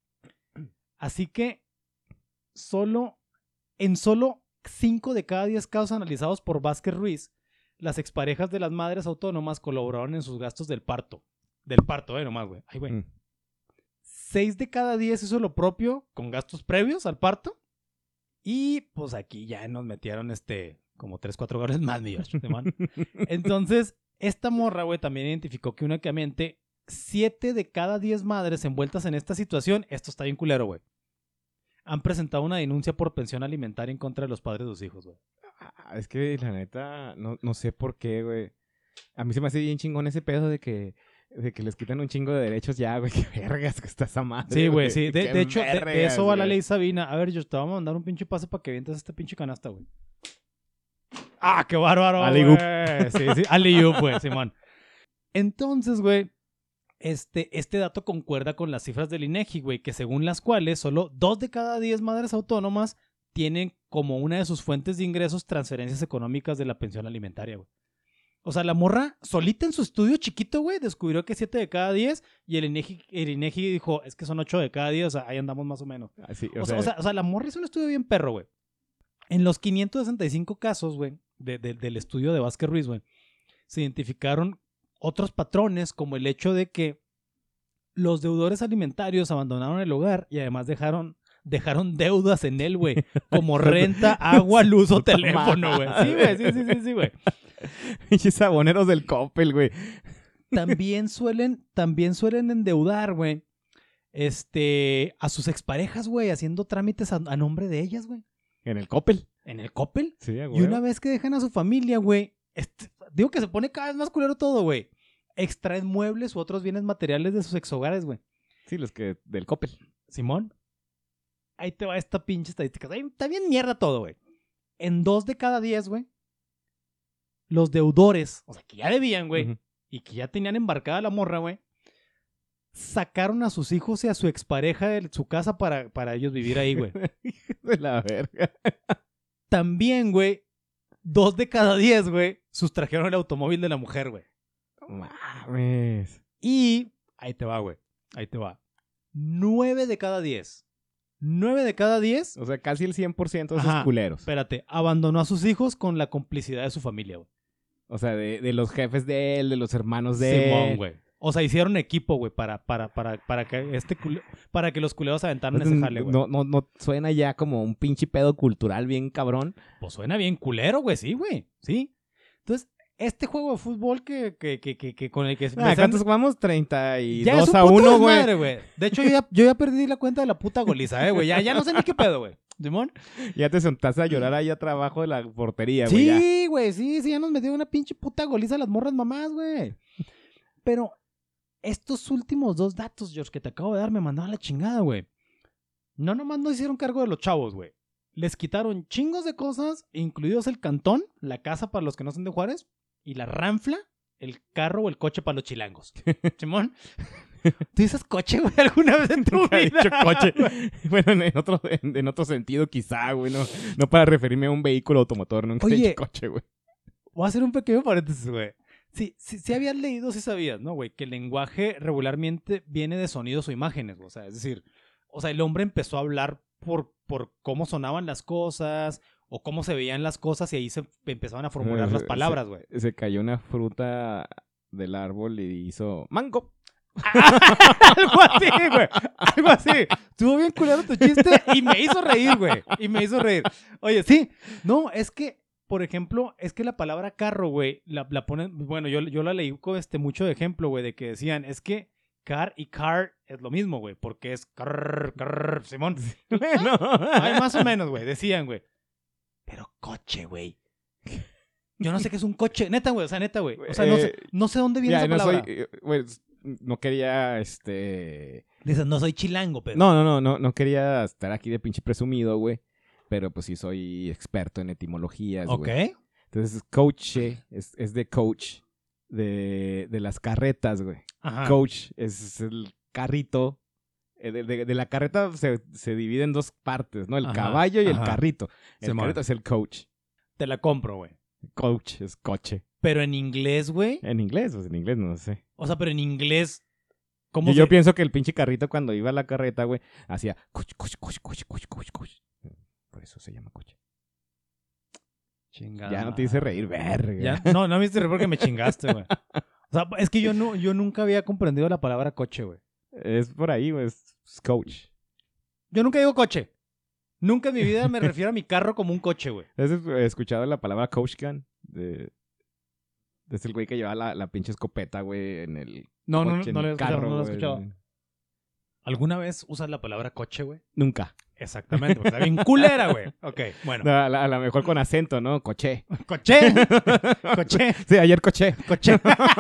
Así que, solo, en solo cinco de cada diez casos analizados por Vázquez Ruiz, las exparejas de las madres autónomas colaboraron en sus gastos del parto. Del parto, eh, nomás, güey. Ay, güey. Mm. Seis de cada diez hizo lo propio con gastos previos al parto. Y pues aquí ya nos metieron este como tres, cuatro goles más, mi George, Simón. Entonces, esta morra, güey, también identificó que únicamente siete de cada diez madres envueltas en esta situación, esto está bien culero, güey, han presentado una denuncia por pensión alimentaria en contra de los padres de sus hijos, güey. Ah, es que la neta, no, no sé por qué, güey. A mí se me hace bien chingón ese pedo de que, de que les quitan un chingo de derechos ya, güey. Qué vergas que está esa madre. Sí, güey, sí. De, Qué de hecho, de, de vergas, eso va la güey. ley Sabina. A ver, yo te voy a mandar un pinche pase para que vientes esta pinche canasta, güey. ¡Ah, qué bárbaro, Alley-oop. güey! Sí, sí, alley-oop, güey, Simón. Entonces, güey, este, este dato concuerda con las cifras del INEGI, güey, que según las cuales solo dos de cada diez madres autónomas tienen como una de sus fuentes de ingresos transferencias económicas de la pensión alimentaria, güey. O sea, la morra solita en su estudio chiquito, güey, descubrió que siete de cada diez y el INEGI, el INEGI dijo, es que son ocho de cada diez, o sea, ahí andamos más o menos. Ah, sí, O, sea, o, sea, o sea, la morra hizo un estudio bien perro, güey. En los quinientos sesenta y cinco casos, güey, de, de, del estudio de Vázquez Ruiz, güey, se identificaron otros patrones como el hecho de que los deudores alimentarios abandonaron el hogar y además dejaron, dejaron deudas en él, güey, como renta, agua, luz o Puta teléfono, güey. Sí, güey, sí, sí, sí, sí, güey. Pinches saboneros del Coppel, güey. También suelen, también suelen endeudar, güey, este, a sus exparejas, güey, haciendo trámites a, a nombre de ellas, güey. En el Coppel. En el Coppel. Sí, Y una vez que dejan a su familia, güey, este, digo que se pone cada vez más culero todo, güey. Extraen muebles u otros bienes materiales de sus exhogares, güey. Sí, los que del Coppel. Simón, ahí te va esta pinche estadística. Ahí está bien mierda todo, güey. En dos de cada diez, güey, los deudores, o sea, que ya debían, güey, Ujú. y que ya tenían embarcada la morra, güey, sacaron a sus hijos y a su expareja de su casa para, para ellos vivir ahí, güey. De la verga. También, güey, dos de cada diez, güey, sustrajeron el automóvil de la mujer, güey. Mames. Y ahí te va, güey. Ahí te va. Nueve de cada diez. Nueve de cada diez, O sea, casi el cien por ciento de esos Ajá. culeros. espérate, abandonó a sus hijos con la complicidad de su familia, güey. O sea, de, de los jefes de él, de los hermanos de Simón, él. güey. O sea, hicieron equipo, güey, para, para, para, para que este cule- para que los culeros aventaran ese jale, güey. No, no, no suena ya como un pinche pedo cultural bien cabrón. Pues suena bien culero, güey, sí, güey. Sí. Entonces, este juego de fútbol que, que, que, que, que con el que... Ah, ¿cuántos jugamos? treinta y ya dos es un a puto uno, güey. desmadre, güey. De hecho, yo ya, yo ya perdí la cuenta de la puta goliza, eh, güey. Ya, ya no sé ni qué pedo, güey. ¿Simón? Ya te sentaste a llorar ahí atrás abajo de la portería, güey. ya. Sí, güey, sí, sí, ya nos metieron una pinche puta goliza a las morras mamás, güey. Pero estos últimos dos datos, George, que te acabo de dar, me mandaron a la chingada, güey. No nomás no hicieron cargo de los chavos, güey. Les quitaron chingos de cosas, incluidos el cantón, la casa para los que no son de Juárez, y la ranfla, el carro o el coche para los chilangos. Simón, ¿tú dices coche, güey, alguna vez en tu Nunca he vida? dicho coche. Bueno, en otro, en, en otro sentido quizá, güey. No, no para referirme a un vehículo automotor. Nunca he Oye. dicho coche, güey. Voy a hacer un pequeño paréntesis, güey. Sí, sí, sí habías leído, sí sabías, ¿no, güey? Que el lenguaje regularmente viene de sonidos o imágenes, güey. O sea, es decir, o sea, el hombre empezó a hablar por, por cómo sonaban las cosas o cómo se veían las cosas y ahí se empezaban a formular las palabras, güey. Se, se cayó una fruta del árbol y hizo mango. Algo así, güey. Algo así. Estuvo bien culero tu chiste y me hizo reír, güey. Y me hizo reír. Oye, sí. No, es que, por ejemplo, es que la palabra carro, güey, la, la ponen... Bueno, yo, yo la leí con este mucho de ejemplo, güey, de que decían, es que car y car es lo mismo, güey, porque es car, car, Simón. Bueno. Ay, más o menos, güey, decían, güey. Pero coche, güey. Yo no sé qué es un coche. Neta, güey, o sea, neta, güey. O sea, no sé, no sé dónde viene Ya, esa no palabra. soy, eh, pues, no quería, este... Dices, no soy chilango, pero... No, no, no, no, no quería estar aquí de pinche presumido, güey. Pero pues sí soy experto en etimologías, Ok. güey. Entonces, coche es, es de coach, de, de las carretas, güey. Ajá. Coach es el carrito. eh, De, de- de la carreta se, se divide en dos partes, ¿no? El Ajá, caballo y el ajá. carrito. El Simón. carrito es el coach. Te la compro, güey. Coach es coche. Pero en inglés, güey. En inglés, pues en inglés no sé. O sea, pero en inglés. ¿Cómo Yo, se...? yo pienso que el pinche carrito cuando iba a la carreta, güey, hacía coach, coach, coach, coach, coach, coach, coach. Por eso se llama coche. Chingada. Ya no te hice reír, verga. Ya- No, no me hiciste reír porque me chingaste, güey. O sea, es que yo, no, yo nunca había comprendido la palabra coche, güey. Es por ahí, güey, es es coach. Yo nunca digo coche. Nunca en mi vida me refiero a mi carro como un coche, güey. ¿Has escuchado la palabra coach gun? De... Es el güey que lleva la, la pinche escopeta, güey, en el No, no, no, coche, en no lo he el escuchado, carro, no lo he güey. escuchado. ¿Alguna vez usas la palabra coche, güey? Nunca. Exactamente, porque está bien culera, güey. Ok, bueno. No, a, la- a lo mejor con acento, ¿no? Coche. Coche. Coche. Sí, ayer coche. Coche.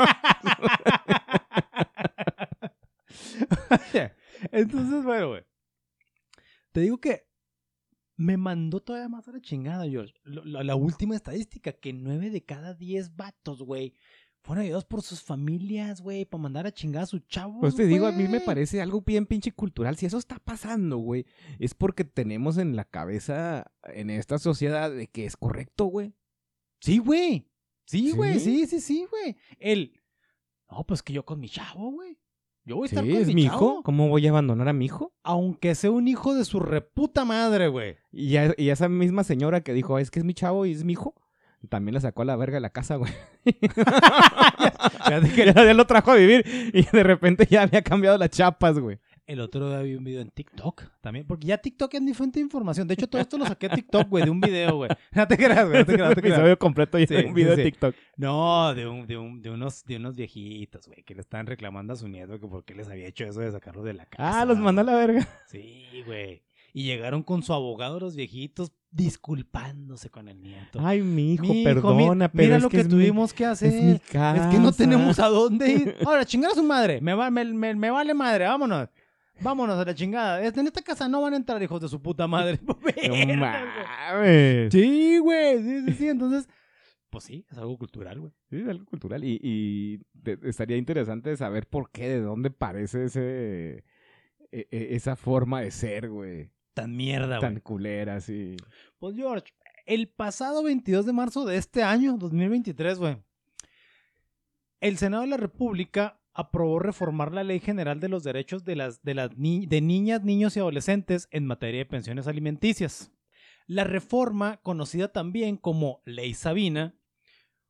Entonces, bueno, güey. Te digo que me mandó todavía más a la chingada, George. Lo- La, la última estadística, que nueve de cada diez vatos, güey, fueron ayudados por sus familias, güey, para mandar a chingar a sus chavos, Pues te digo, a mí me güey. parece algo bien pinche cultural. Si eso está pasando, güey, es porque tenemos en la cabeza, en esta sociedad, de que es correcto, güey. Sí, güey. Sí, ¿Sí? güey, sí, sí, sí, güey. El... No, pues que yo con mi chavo, güey. Yo voy a Sí, estar con es mi mi chavo. hijo. ¿Cómo voy a abandonar a mi hijo? Aunque sea un hijo de su reputa madre, güey. Y, ya- y esa misma señora que dijo, es que es mi chavo y es mi hijo, también la sacó a la verga de la casa, güey. Fíjate que Ya, ya lo trajo a vivir y de repente ya había cambiado las chapas, güey. el otro día vi un video en TikTok también, porque ya TikTok es mi fuente de información. De hecho, todo esto lo saqué de TikTok, güey, de un video, güey. No te creas, güey, no te creas, no te El creas. episodio completo y Sí, un video sí, de sí. TikTok. No, de, un, de, un, de, unos, de unos viejitos, güey, que le estaban reclamando a su nieto que por qué les había hecho eso de sacarlos de la casa. Ah, los mandó a la verga. Sí, güey. Y llegaron con su abogado los viejitos disculpándose con el nieto. Ay, mi hijo, Mi hijo, perdona, mi- pero mira es lo que, que, es tuvimos que mi, hacer. es mi casa. Es que no tenemos a dónde ir. Ahora, chingar a su madre. Me, va, me, me, me vale madre. Vámonos. Vámonos a la chingada. Es- En esta casa no van a entrar hijos de su puta madre. No Verga, güey. mames. Sí, güey. Sí, sí, sí. Entonces, pues sí, es algo cultural, güey. Sí, es algo cultural. Y, y te- estaría interesante saber por qué, de dónde parece ese, e- e- esa forma de ser, güey. Tan mierda, Tan güey. culera, así. Pues, George, el pasado veintidós de marzo de este año, dos mil veintitrés, güey, el Senado de la República aprobó reformar la Ley General de los Derechos de, las, de, las ni- de Niñas, Niños y Adolescentes en materia de pensiones alimenticias. La reforma, conocida también como Ley Sabina,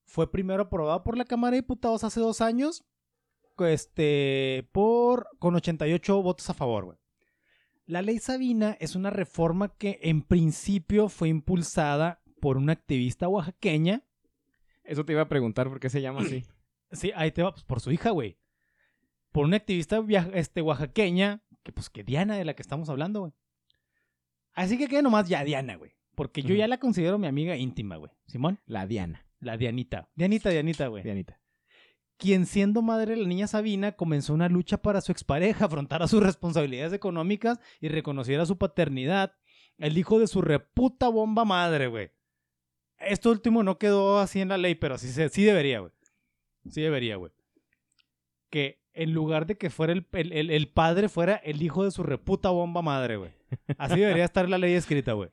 fue primero aprobada por la Cámara de Diputados hace dos años, este, por, con ochenta y ocho votos a favor, güey. La ley Sabina es una reforma que en principio fue impulsada por una activista oaxaqueña. Eso te iba a preguntar por qué se llama así. Sí, ahí te va, pues por su hija, güey. Por una activista via- este, oaxaqueña, que pues que Diana, de la que estamos hablando, güey. Así que queda nomás ya Diana, güey. Porque yo Ujú. ya la considero mi amiga íntima, güey. Simón, La Diana. la Dianita. Dianita, Dianita, güey. Dianita. Quien siendo madre de la niña Sabina comenzó una lucha para su expareja, afrontara sus responsabilidades económicas y reconociera su paternidad. El hijo de su reputa bomba madre, güey. Esto último no quedó así en la ley, pero sí, se- sí debería, güey. Sí debería, güey. Que en lugar de que fuera el, el, el- el padre, fuera el hijo de su reputa bomba madre, güey. Así debería estar la ley escrita, güey.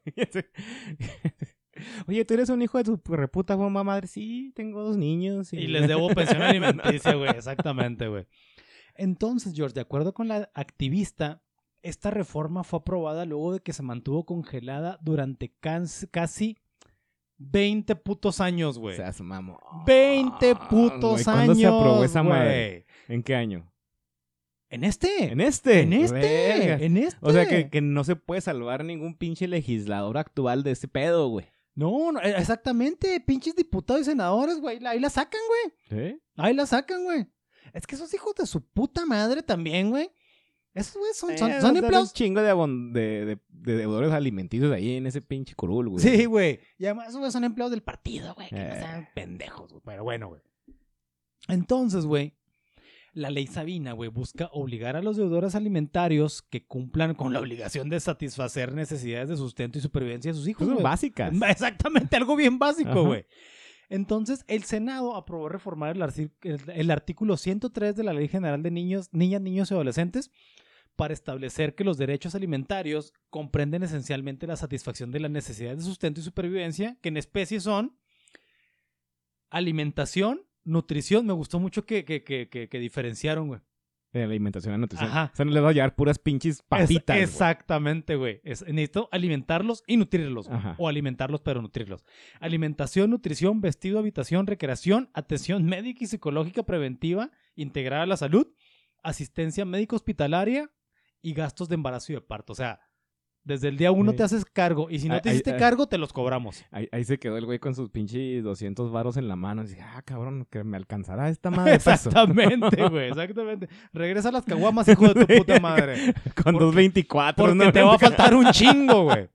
Oye, ¿tú eres un hijo de tu reputa bomba madre? Sí, tengo dos niños. Y les debo pensión alimenticia, güey. Exactamente, güey. Entonces, George, de acuerdo con la activista, esta reforma fue aprobada luego de que se mantuvo congelada durante cans- casi veinte putos años, güey. O sea, su mamá. veinte putos Güey, años, ¿cuándo se aprobó esa güey. madre? ¿En qué año? En este. En este. En este. Vergas. En este. O sea, que, que no se puede salvar ningún pinche legislador actual de ese pedo, güey. No, no, eh, exactamente. Pinches diputados y senadores, güey. Ahí la sacan, güey. ¿Sí? Ahí la sacan, güey. Es que esos hijos de su puta madre también, güey. Esos, güey, son, son, Eh, son dar empleados. un chingo de, abon- de, de, de deudores alimenticios ahí en ese pinche curul, güey. Sí, güey. Y además, esos güey son empleados del partido, güey. Que no Eh. sean pendejos, güey. Pero bueno, güey. Entonces, güey, la ley Sabina, güey, busca obligar a los deudores alimentarios que cumplan con la obligación de satisfacer necesidades de sustento y supervivencia de sus hijos, Cosas güey. básicas. Exactamente, algo bien Ajá. básico, güey. Entonces, el Senado aprobó reformar el, arci- el, el artículo ciento tres de la Ley General de Niños, Niñas, Niños y Adolescentes para establecer que los derechos alimentarios comprenden esencialmente la satisfacción de las necesidades de sustento y supervivencia, que en especie son alimentación, nutrición. Me gustó mucho que, que, que, que, que diferenciaron, güey. De la alimentación y la nutrición. Ajá. O sea, no les va a llevar puras pinches papitas, Es- güey. exactamente, güey. Es- necesito alimentarlos y nutrirlos, güey. Ajá. O alimentarlos pero nutrirlos. Alimentación, nutrición, vestido, habitación, recreación, atención médica y psicológica preventiva integrada a la salud, asistencia médico hospitalaria y gastos de embarazo y de parto. O sea, desde el día uno Sí. te haces cargo y si no te Ay, hiciste ay, cargo, te los cobramos. Ahí, ahí se quedó el güey con sus pinches doscientos varos en la mano. Y dice, ah, cabrón, que me alcanzará esta madre. peso. Exactamente, güey. Exactamente. Regresa a las caguamas, hijo de tu puta madre. Con dos veinticuatro. Porque ¿no? te va a faltar un chingo, güey.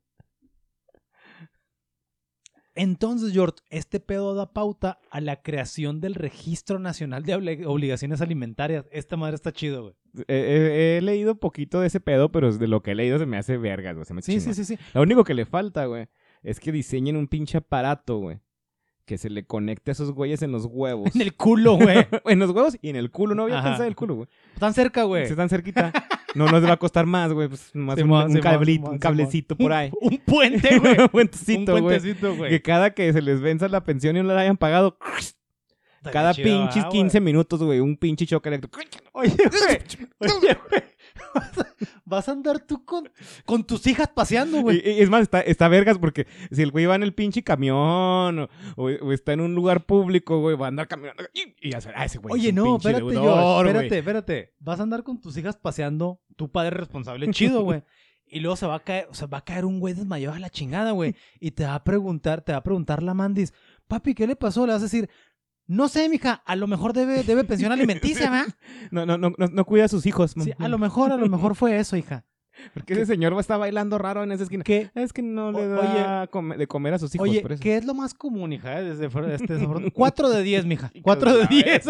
Entonces, George, este pedo da pauta a la creación del Registro Nacional de Obli- Obligaciones Alimentarias. Esta madre está chido, güey. He, he- he leído poquito de ese pedo, pero de lo que he leído se me hace vergas, güey. Se me hace Sí, chingón. sí, sí, sí. Lo único que le falta, güey, es que diseñen un pinche aparato, güey, que se le conecte a esos güeyes en los huevos. En el culo, güey. En los huevos y en el culo. No había Ajá. pensado en el culo, güey. Están cerca, güey. Si están cerquita. No nos va a costar más, güey. Pues más un, Simón, un Simón, cablito, Simón, un cablecito Simón. por ahí. Un, un puente, güey. un Un puentecito, güey. puentecito, güey. Que cada que se les venza la pensión y no la hayan pagado, Está cada chido, pinches ah, quince güey. minutos, güey, un pinche choque eléctrico. Oye, güey. Oye, güey. Vas a, vas a andar tú con, con tus hijas paseando, güey. Y, y es más, está, está vergas porque si el güey va en el pinche camión o, o- o está en un lugar público, güey, va a andar caminando y, y ya se- ah, ese güey es Oye, un no, pinche espérate, deudor, George, güey. espérate, espérate. Vas a andar con tus hijas paseando, tu padre responsable, chido, güey. Y luego se va a caer, o sea, va a caer un güey desmayado a la chingada, güey. Y te va a preguntar, te va a preguntar la Mandis, papi, ¿qué le pasó? Le vas a decir, no sé, mija, a lo mejor debe, debe pensión alimenticia, ¿verdad? No, no, no, no, no cuida a sus hijos. Sí, a lo mejor, a lo mejor fue eso, hija. Porque ese señor va a estar bailando raro en esa esquina. ¿Qué? Es que no le O- da come- de comer a sus hijos, Oye, por eso. ¿qué es lo más común, hija? eh? Desde fuera- este, cuatro de diez, mija. Hijos cuatro de de la diez.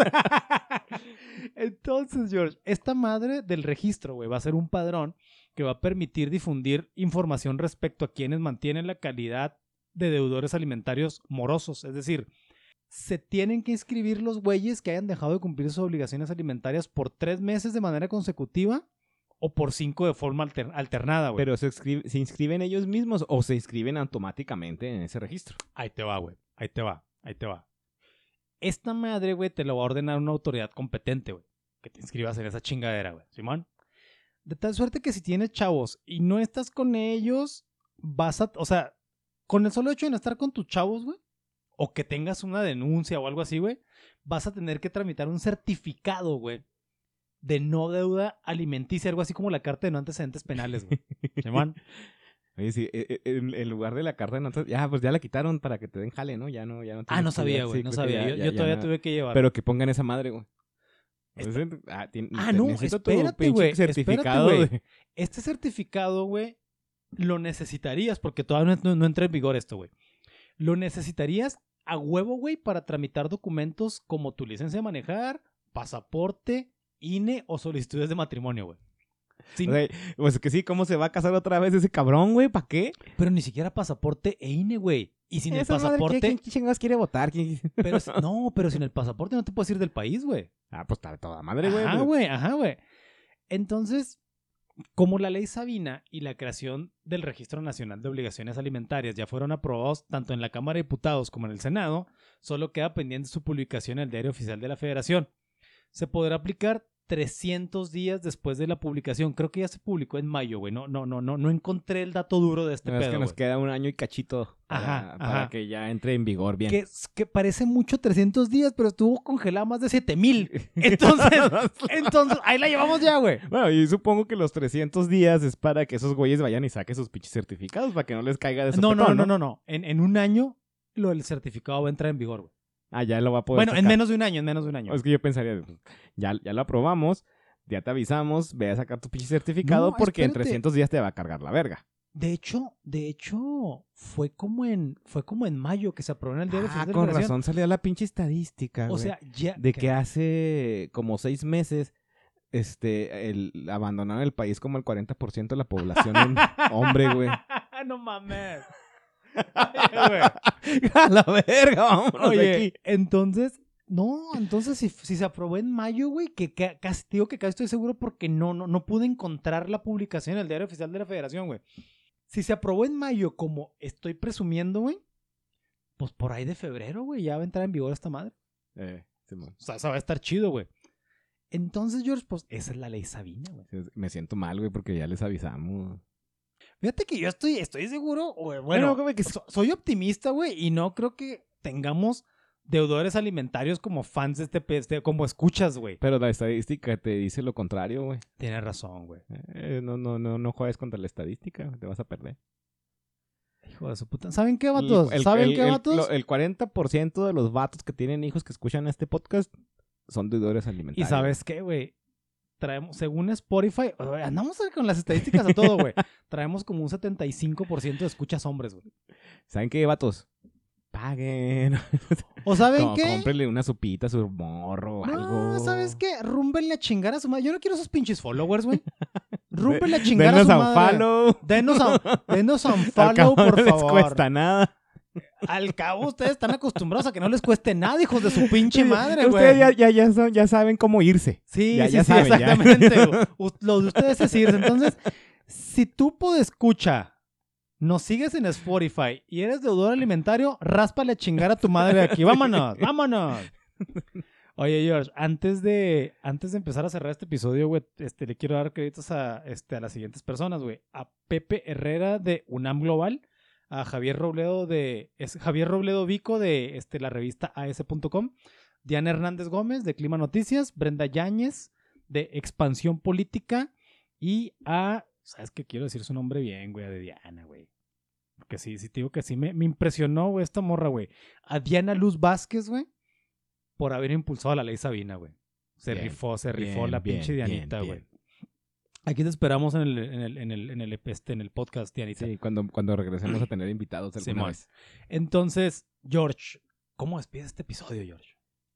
Entonces, George, esta madre del registro, güey, va a ser un padrón que va a permitir difundir información respecto a quienes mantienen la calidad de deudores alimentarios morosos. Es decir, se tienen que inscribir los güeyes que hayan dejado de cumplir sus obligaciones alimentarias por tres meses de manera consecutiva o por cinco de forma alter- alternada, güey. Pero se, inscri- se inscriben ellos mismos o se inscriben automáticamente en ese registro. Ahí te va, güey. Ahí te va. Ahí te va. Esta madre, güey, te lo va a ordenar una autoridad competente, güey. Que te inscribas en esa chingadera, güey. Simón. De tal suerte que si tienes chavos y no estás con ellos, vas a... O sea, con el solo hecho de no estar con tus chavos, güey, o que tengas una denuncia o algo así, güey, vas a tener que tramitar un certificado, güey, de no deuda alimenticia, algo así como la carta de no antecedentes penales, güey. Simón. Oye, sí, en, en lugar de la carta de notas, ya, pues ya la quitaron para que te den jale, ¿no? Ya no, ya no. Ah, no que sabía, llevar- güey, sí, no creo que sabía. ya- yo ya- yo ya todavía no- tuve que llevar. Pero que pongan esa madre, güey. Esta- Entonces, ah, tien- Ah, no, necesito tu espérate, pinche güey. certificado Espérate, güey. de- Este certificado, güey, lo necesitarías, porque todavía no, no, no entra en vigor esto, güey. Lo necesitarías a huevo, güey, para tramitar documentos como tu licencia de manejar, pasaporte, I N E o solicitudes de matrimonio, güey. Sin- O sea, pues que sí, ¿cómo se va a casar otra vez ese cabrón, güey? ¿Para qué? Pero ni siquiera pasaporte e I N E, güey. Y sin el Esa madre, pasaporte... ¿quién, quién chingados quiere votar? ¿Quién- Pero, si- no, pero sin el pasaporte no te puedes ir del país, güey. Ah, pues está toda madre, güey. Ajá, pues. güey, ajá, güey. Entonces, como la ley Sabina y la creación del Registro Nacional de Obligaciones Alimentarias ya fueron aprobados tanto en la Cámara de Diputados como en el Senado, solo queda pendiente su publicación en el Diario Oficial de la Federación. Se podrá aplicar trescientos días después de la publicación. Creo que ya se publicó en mayo, güey. No, no, no, no, no encontré el dato duro de este No, es pedo, que nos güey. queda un año y cachito para, Ajá, para ajá. que ya entre en vigor bien. Que, que parece mucho trescientos días, pero estuvo congelada más de siete mil. Entonces, entonces, ahí la llevamos ya, güey. Bueno, y supongo que los trescientos días es para que esos güeyes vayan y saquen sus pinches certificados para que no les caiga de No, no, sopetón, no, no, no. En, en un año, lo del certificado va a entrar en vigor, güey. Ah, ya lo va a poder Bueno, en sacar. menos de un año, en menos de un año. Es que yo pensaría, ya, ya lo aprobamos, ya te avisamos, ve a sacar tu pinche certificado No, porque en espérate. trescientos días te va a cargar la verga. De hecho, de hecho, fue como en, fue como en mayo que se aprobó en el Diario Ah, Oficial de la con Federación. razón salía la pinche estadística, O güey. sea, ya. de ¿qué? que hace como seis meses este, el, abandonaron el país como el cuarenta por ciento de la población en hombre, güey. No mames. Oye, güey. A la verga, vámonos de Oye, aquí. entonces, no, entonces si, si se aprobó en mayo, güey, que, que casi digo que casi estoy seguro porque no, no, no pude encontrar la publicación en el Diario Oficial de la Federación, güey. Si se aprobó en mayo, como estoy presumiendo, güey, pues por ahí de febrero, güey, ya va a entrar en vigor esta madre. Eh, Simón. O sea, esa va a estar chido, güey. Entonces, George, pues esa es la ley Sabina, güey. Me siento mal, güey, porque ya les avisamos. Fíjate que yo estoy, estoy seguro, güey, Bueno, bueno, güey, que so- soy optimista, güey, y no creo que tengamos deudores alimentarios como fans de este, pe- este como escuchas, güey. Pero la estadística te dice lo contrario, güey. Tienes razón, güey. Eh, no, no, no, no juegues contra la estadística, te vas a perder. Hijo de su puta. ¿Saben qué, vatos? El- ¿Saben el- qué, el- vatos? lo- El cuarenta por ciento de los vatos que tienen hijos que escuchan este podcast son deudores Y alimentarios. ¿sabes qué, güey? Traemos, según Spotify, güey, andamos con las estadísticas a todo, güey. Traemos como un setenta y cinco por ciento de escuchas hombres, güey. ¿Saben qué, vatos? Paguen. ¿O saben Com- qué? Cómprenle una sopita a su morro o algo. No, ¿sabes qué? Rúmbenle a chingar a su madre. Yo no quiero esos pinches followers, güey. Rúmbenle a chingar a Denos su a un madre. follow. Denos a, denos a un Al follow, cabo por no les favor. cuesta nada. Al cabo, ustedes están acostumbrados a que no les cueste nada, hijos de su pinche madre, güey. Ustedes ya, ya, ya, son- ya saben cómo irse. Sí, ya- sí, ya sí, saben, ya. exactamente. güey. U- Lo de ustedes es irse. Entonces, si tú escucha, nos sigues en Spotify y eres deudor alimentario, ráspale a chingar a tu madre de aquí. Vámonos, vámonos. Oye, George, antes de, antes de empezar a cerrar este episodio, güey, este, le quiero dar créditos a, este, a las siguientes personas, güey. A Pepe Herrera de UNAM Global, a Javier Robledo de es Javier Robledo Vico de este, la revista A S punto com, Diana Hernández Gómez de Clima Noticias, Brenda Yáñez de Expansión Política y a, ¿sabes qué? Quiero decir su nombre bien, güey, a de Diana, güey. Porque sí, sí, te digo que sí me, me impresionó, güey, esta morra, güey. A Diana Luz Vázquez, güey, por haber impulsado la ley Sabina, güey. Se Bien, rifó, se rifó bien, la bien, pinche bien, Dianita, bien. güey. Aquí te esperamos en el, en el, en el, en el, este, en el podcast, Dianita. Sí, cuando, cuando regresemos a tener invitados alguna Simón. vez. Entonces, George, ¿cómo despides este episodio, George?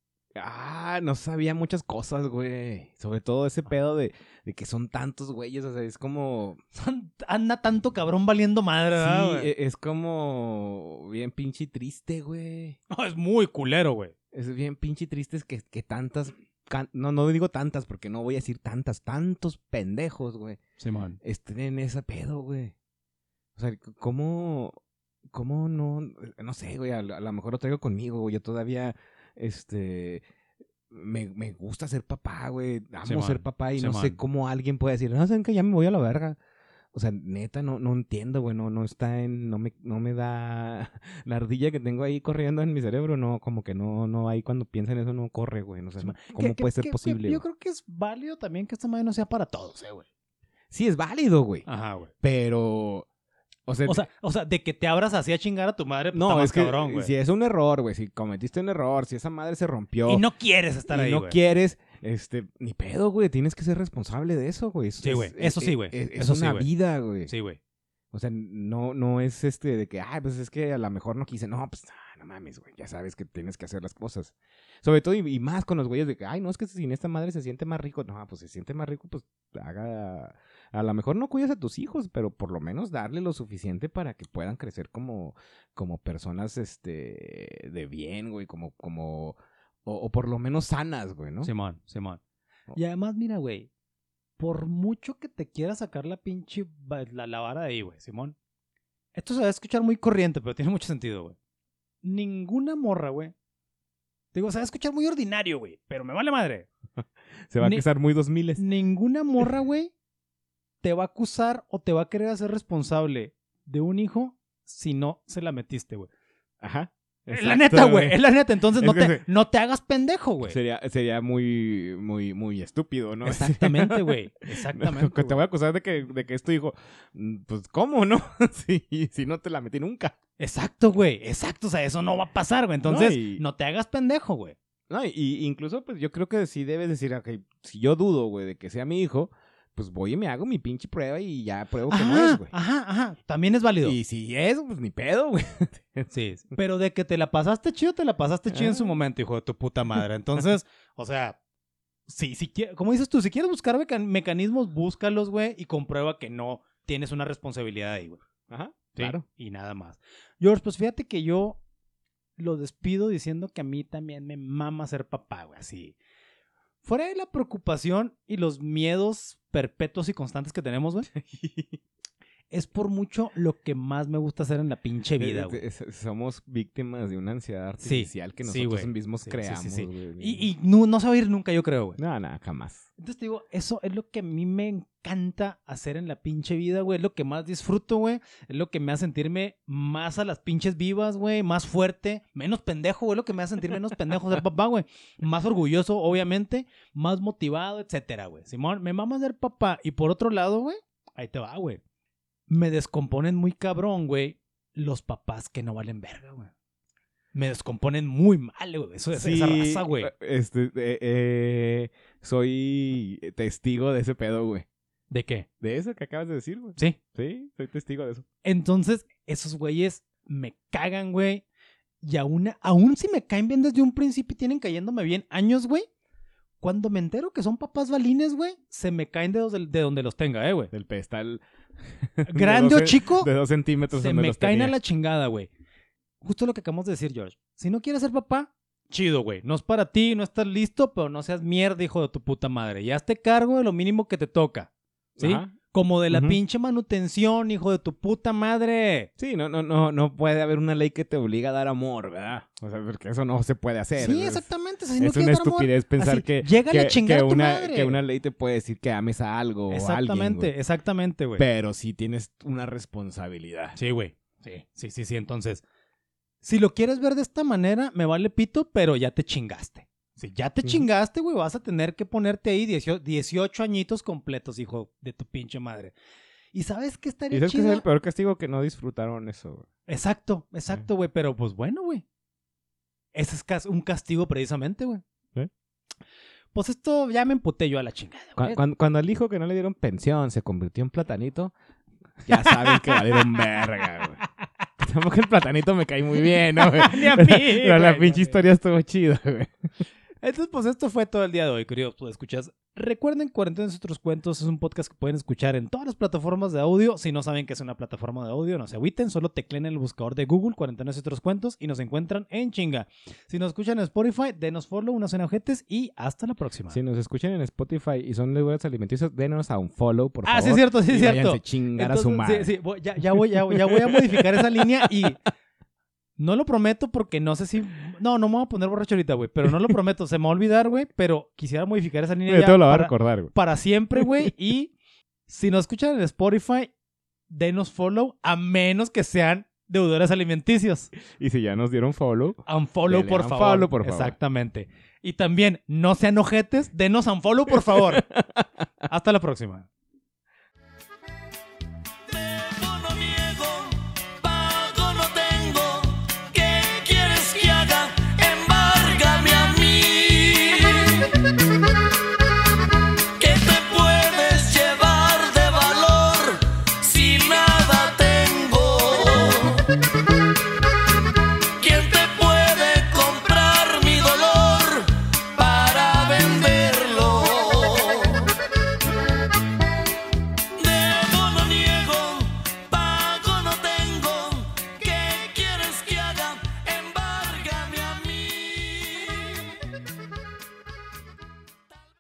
Ah, no sabía muchas cosas, güey. Sobre todo ese pedo de, de que son tantos güeyes. O sea, es como... Son- Anda tanto cabrón valiendo madre, ¿verdad, Sí, güey? e- es como bien pinche triste, güey. No, es muy culero, güey. Es bien pinche triste es que, que tantas... can- No, no digo tantas porque no voy a decir tantas. Tantos pendejos, güey. Simón. Estén en ese pedo, güey. O sea, ¿cómo... ¿Cómo no? No sé, güey. A, lo- a lo mejor lo traigo conmigo, güey. Yo todavía... Este... Me, me gusta ser papá, güey. Amo Simón, ser papá y no Simón. sé cómo alguien puede decir, no, saben que ya me voy a la verga. O sea, neta, no, no entiendo, güey, no, no está en, no me, no me da, la ardilla que tengo ahí corriendo en mi cerebro, no, como que no, no, ahí cuando piensa en eso no corre, güey, no sé, ¿cómo ¿Qué- puede qué- ser qué- posible, Yo güey? creo que es válido también que esta madre no sea para todos, eh, güey. Sí, es válido, güey, Ajá, güey. pero, o sea, O sea, o sea, de que te abras así a chingar a tu madre, pues, no, está más es que cabrón, güey. si es un error, güey, si cometiste un error, si esa madre se rompió Y no quieres estar y ahí, no güey. quieres, este, ni pedo, güey, tienes que ser responsable de eso, güey. Es- Sí, güey, es- eso es- sí, güey, Es, es eso sí, una güey. vida, güey. Sí, güey. O sea, no, no es este de que, ay, pues es que a lo mejor no quise. No, pues, ah, no mames, güey. Ya sabes que tienes que hacer las cosas. Sobre todo, y, y más con los güeyes de que, ay, no, es que sin esta madre se siente más rico. No, pues se siente más rico, pues haga. A lo mejor no cuidas a tus hijos, pero por lo menos darle lo suficiente para que puedan crecer como, como personas, este, de bien, güey. Como, como, o, o por lo menos sanas, güey, ¿no? Simón, Simón. Oh. Y además, mira, güey, por mucho que te quiera sacar la pinche va- la, la vara de ahí, güey, Simón. Esto se va a escuchar muy corriente, pero tiene mucho sentido, güey. Ninguna morra, güey. Digo, se va a escuchar muy ordinario, güey, pero me vale madre. Se va a Ni- quedar muy dos miles. Ninguna morra, güey, te va a acusar o te va a querer hacer responsable de un hijo si no se la metiste, güey. Ajá. Es la neta, güey. Es la neta. Entonces Es no que te, se- no te hagas pendejo, güey. Sería, sería muy, muy, muy estúpido, ¿no? Exactamente, güey. No, Exactamente. que te güey. voy a acusar de que, de que es tu hijo. Mm, Pues, ¿cómo, no? si, si no te la metí nunca. Exacto, güey. Exacto. O sea, eso no va a pasar, güey. Entonces, No, y- no te hagas pendejo, güey. No, y, y incluso, pues, yo creo que sí debes decir, ok, si yo dudo, güey, de que sea mi hijo, pues voy y me hago mi pinche prueba y ya pruebo que no Ajá, es, güey. ajá, ajá. También es válido. Y si es, pues ni pedo, güey. Sí, pero de que te la pasaste chido, te la pasaste chido en su Ah. momento, hijo de tu puta madre. Entonces, o sea, sí, si quieres, como dices tú, si quieres buscar meca- mecanismos, búscalos, güey, y comprueba que no tienes una responsabilidad ahí, güey. Ajá, Sí, claro. y nada más. George, pues fíjate que yo lo despido diciendo que a mí también me mama ser papá, güey, así. Fuera de la preocupación y los miedos perpetuos y constantes que tenemos, güey, es por mucho lo que más me gusta hacer en la pinche vida, Eh, güey. eh, es- Somos víctimas de una ansiedad artificial que sí, nosotros güey. mismos Sí, sí, sí, creamos, sí. güey. Y, y no, no se va a ir nunca, yo creo, güey. No, no, jamás. Entonces te digo, eso es lo que a mí me encanta hacer en la pinche vida, güey. Es lo que más disfruto, güey. Es lo que me hace sentirme más a las pinches vivas, güey. Más fuerte. Menos pendejo, güey. Es lo que me hace sentir menos pendejo ser papá, güey. Más orgulloso, obviamente. Más motivado, etcétera, güey. Simón, me mama ser papá. Y por otro lado, güey, ahí te va, güey. Me descomponen muy cabrón, güey, los papás que no valen verga, güey. Me descomponen muy mal, güey. Eso es esa raza, güey. Este, eh, eh, soy testigo de ese pedo, güey. ¿De qué? De eso que acabas de decir, güey. Sí. Sí, soy testigo de eso. Entonces, esos güeyes me cagan, güey. Y aún, aún si me caen bien desde un principio y tienen cayéndome bien años, güey. Cuando me entero que son papás balines, güey, se me caen de, de, de donde los tenga, eh, güey. Del pedestal. Grande o de dos, chico, De dos centímetros. se donde me los caen tenía. a la chingada, güey. Justo lo que acabamos de decir, George. Si no quieres ser papá, chido, güey. No es para ti, no estás listo, pero no seas mierda, hijo de tu puta madre. Y hazte cargo de lo mínimo que te toca. ¿Sí? Ajá. Como de la Ujú. pinche manutención, hijo de tu puta madre. Sí, no, no, no, no puede haber una ley que te obliga a dar amor, ¿verdad? O sea, porque eso no se puede hacer. Sí, Es- exactamente. O sea, si no es una quieres dar amor, estupidez pensar así, que, llégale que, a chingar que a tu una, madre. que una ley te puede decir que ames a algo o a alguien, Exactamente, güey. exactamente, güey. Pero sí tienes una responsabilidad. Sí, güey. Sí, sí, sí, sí. Entonces, si lo quieres ver de esta manera, me vale pito, pero ya te chingaste. Si ya te Ujú. chingaste, güey, vas a tener que ponerte ahí dieciocho, dieciocho añitos completos, hijo de tu pinche madre. ¿Y sabes qué Y estaría sabes que chido? es el peor castigo que no disfrutaron eso, güey. Exacto, exacto, güey. Pero pues bueno, güey. Ese es cas- un castigo precisamente, güey. ¿Eh? Pues esto ya me emputé yo a la chingada, Cu- güey. Cuando, cuando al hijo que no le dieron pensión se convirtió en platanito, ya saben que valieron verga, güey. Tampoco el platanito me cae muy bien, ¿no, güey? Ni a mí, Pero la güey, pinche ni a mí. historia estuvo chida, güey. Entonces, pues esto fue todo el día de hoy, queridos pues, escuchas. Recuerden, Cuarentones y Otros Cuentos es un podcast que pueden escuchar en todas las plataformas de audio. Si no saben que es una plataforma de audio, no se agüiten, solo tecleen en el buscador de Google Cuarentones y Otros Cuentos y nos encuentran en chinga. Si nos escuchan en Spotify, denos follow, unos enajetes y hasta la próxima. Si nos escuchan en Spotify y son leguras alimenticias, denos a un follow, por ah, favor. sí es cierto, sí es y cierto. váyanse a chingar a su Entonces, madre. Sí, sí, voy- ya, ya, voy, ya, ya voy a modificar esa línea y no lo prometo porque no sé si... No, no me voy a poner borracho ahorita, güey, pero no lo prometo. Se me va a olvidar, güey, pero quisiera modificar esa línea Yo ya te lo va a para, recordar, güey. para siempre, güey. Y si nos escuchan en Spotify, denos follow a menos que sean deudores alimenticios. Y si ya nos dieron follow, Unfollow, dele por unfollow, favor. por favor. Exactamente. Y también, no sean ojetes, denos unfollow, por favor. Hasta la próxima.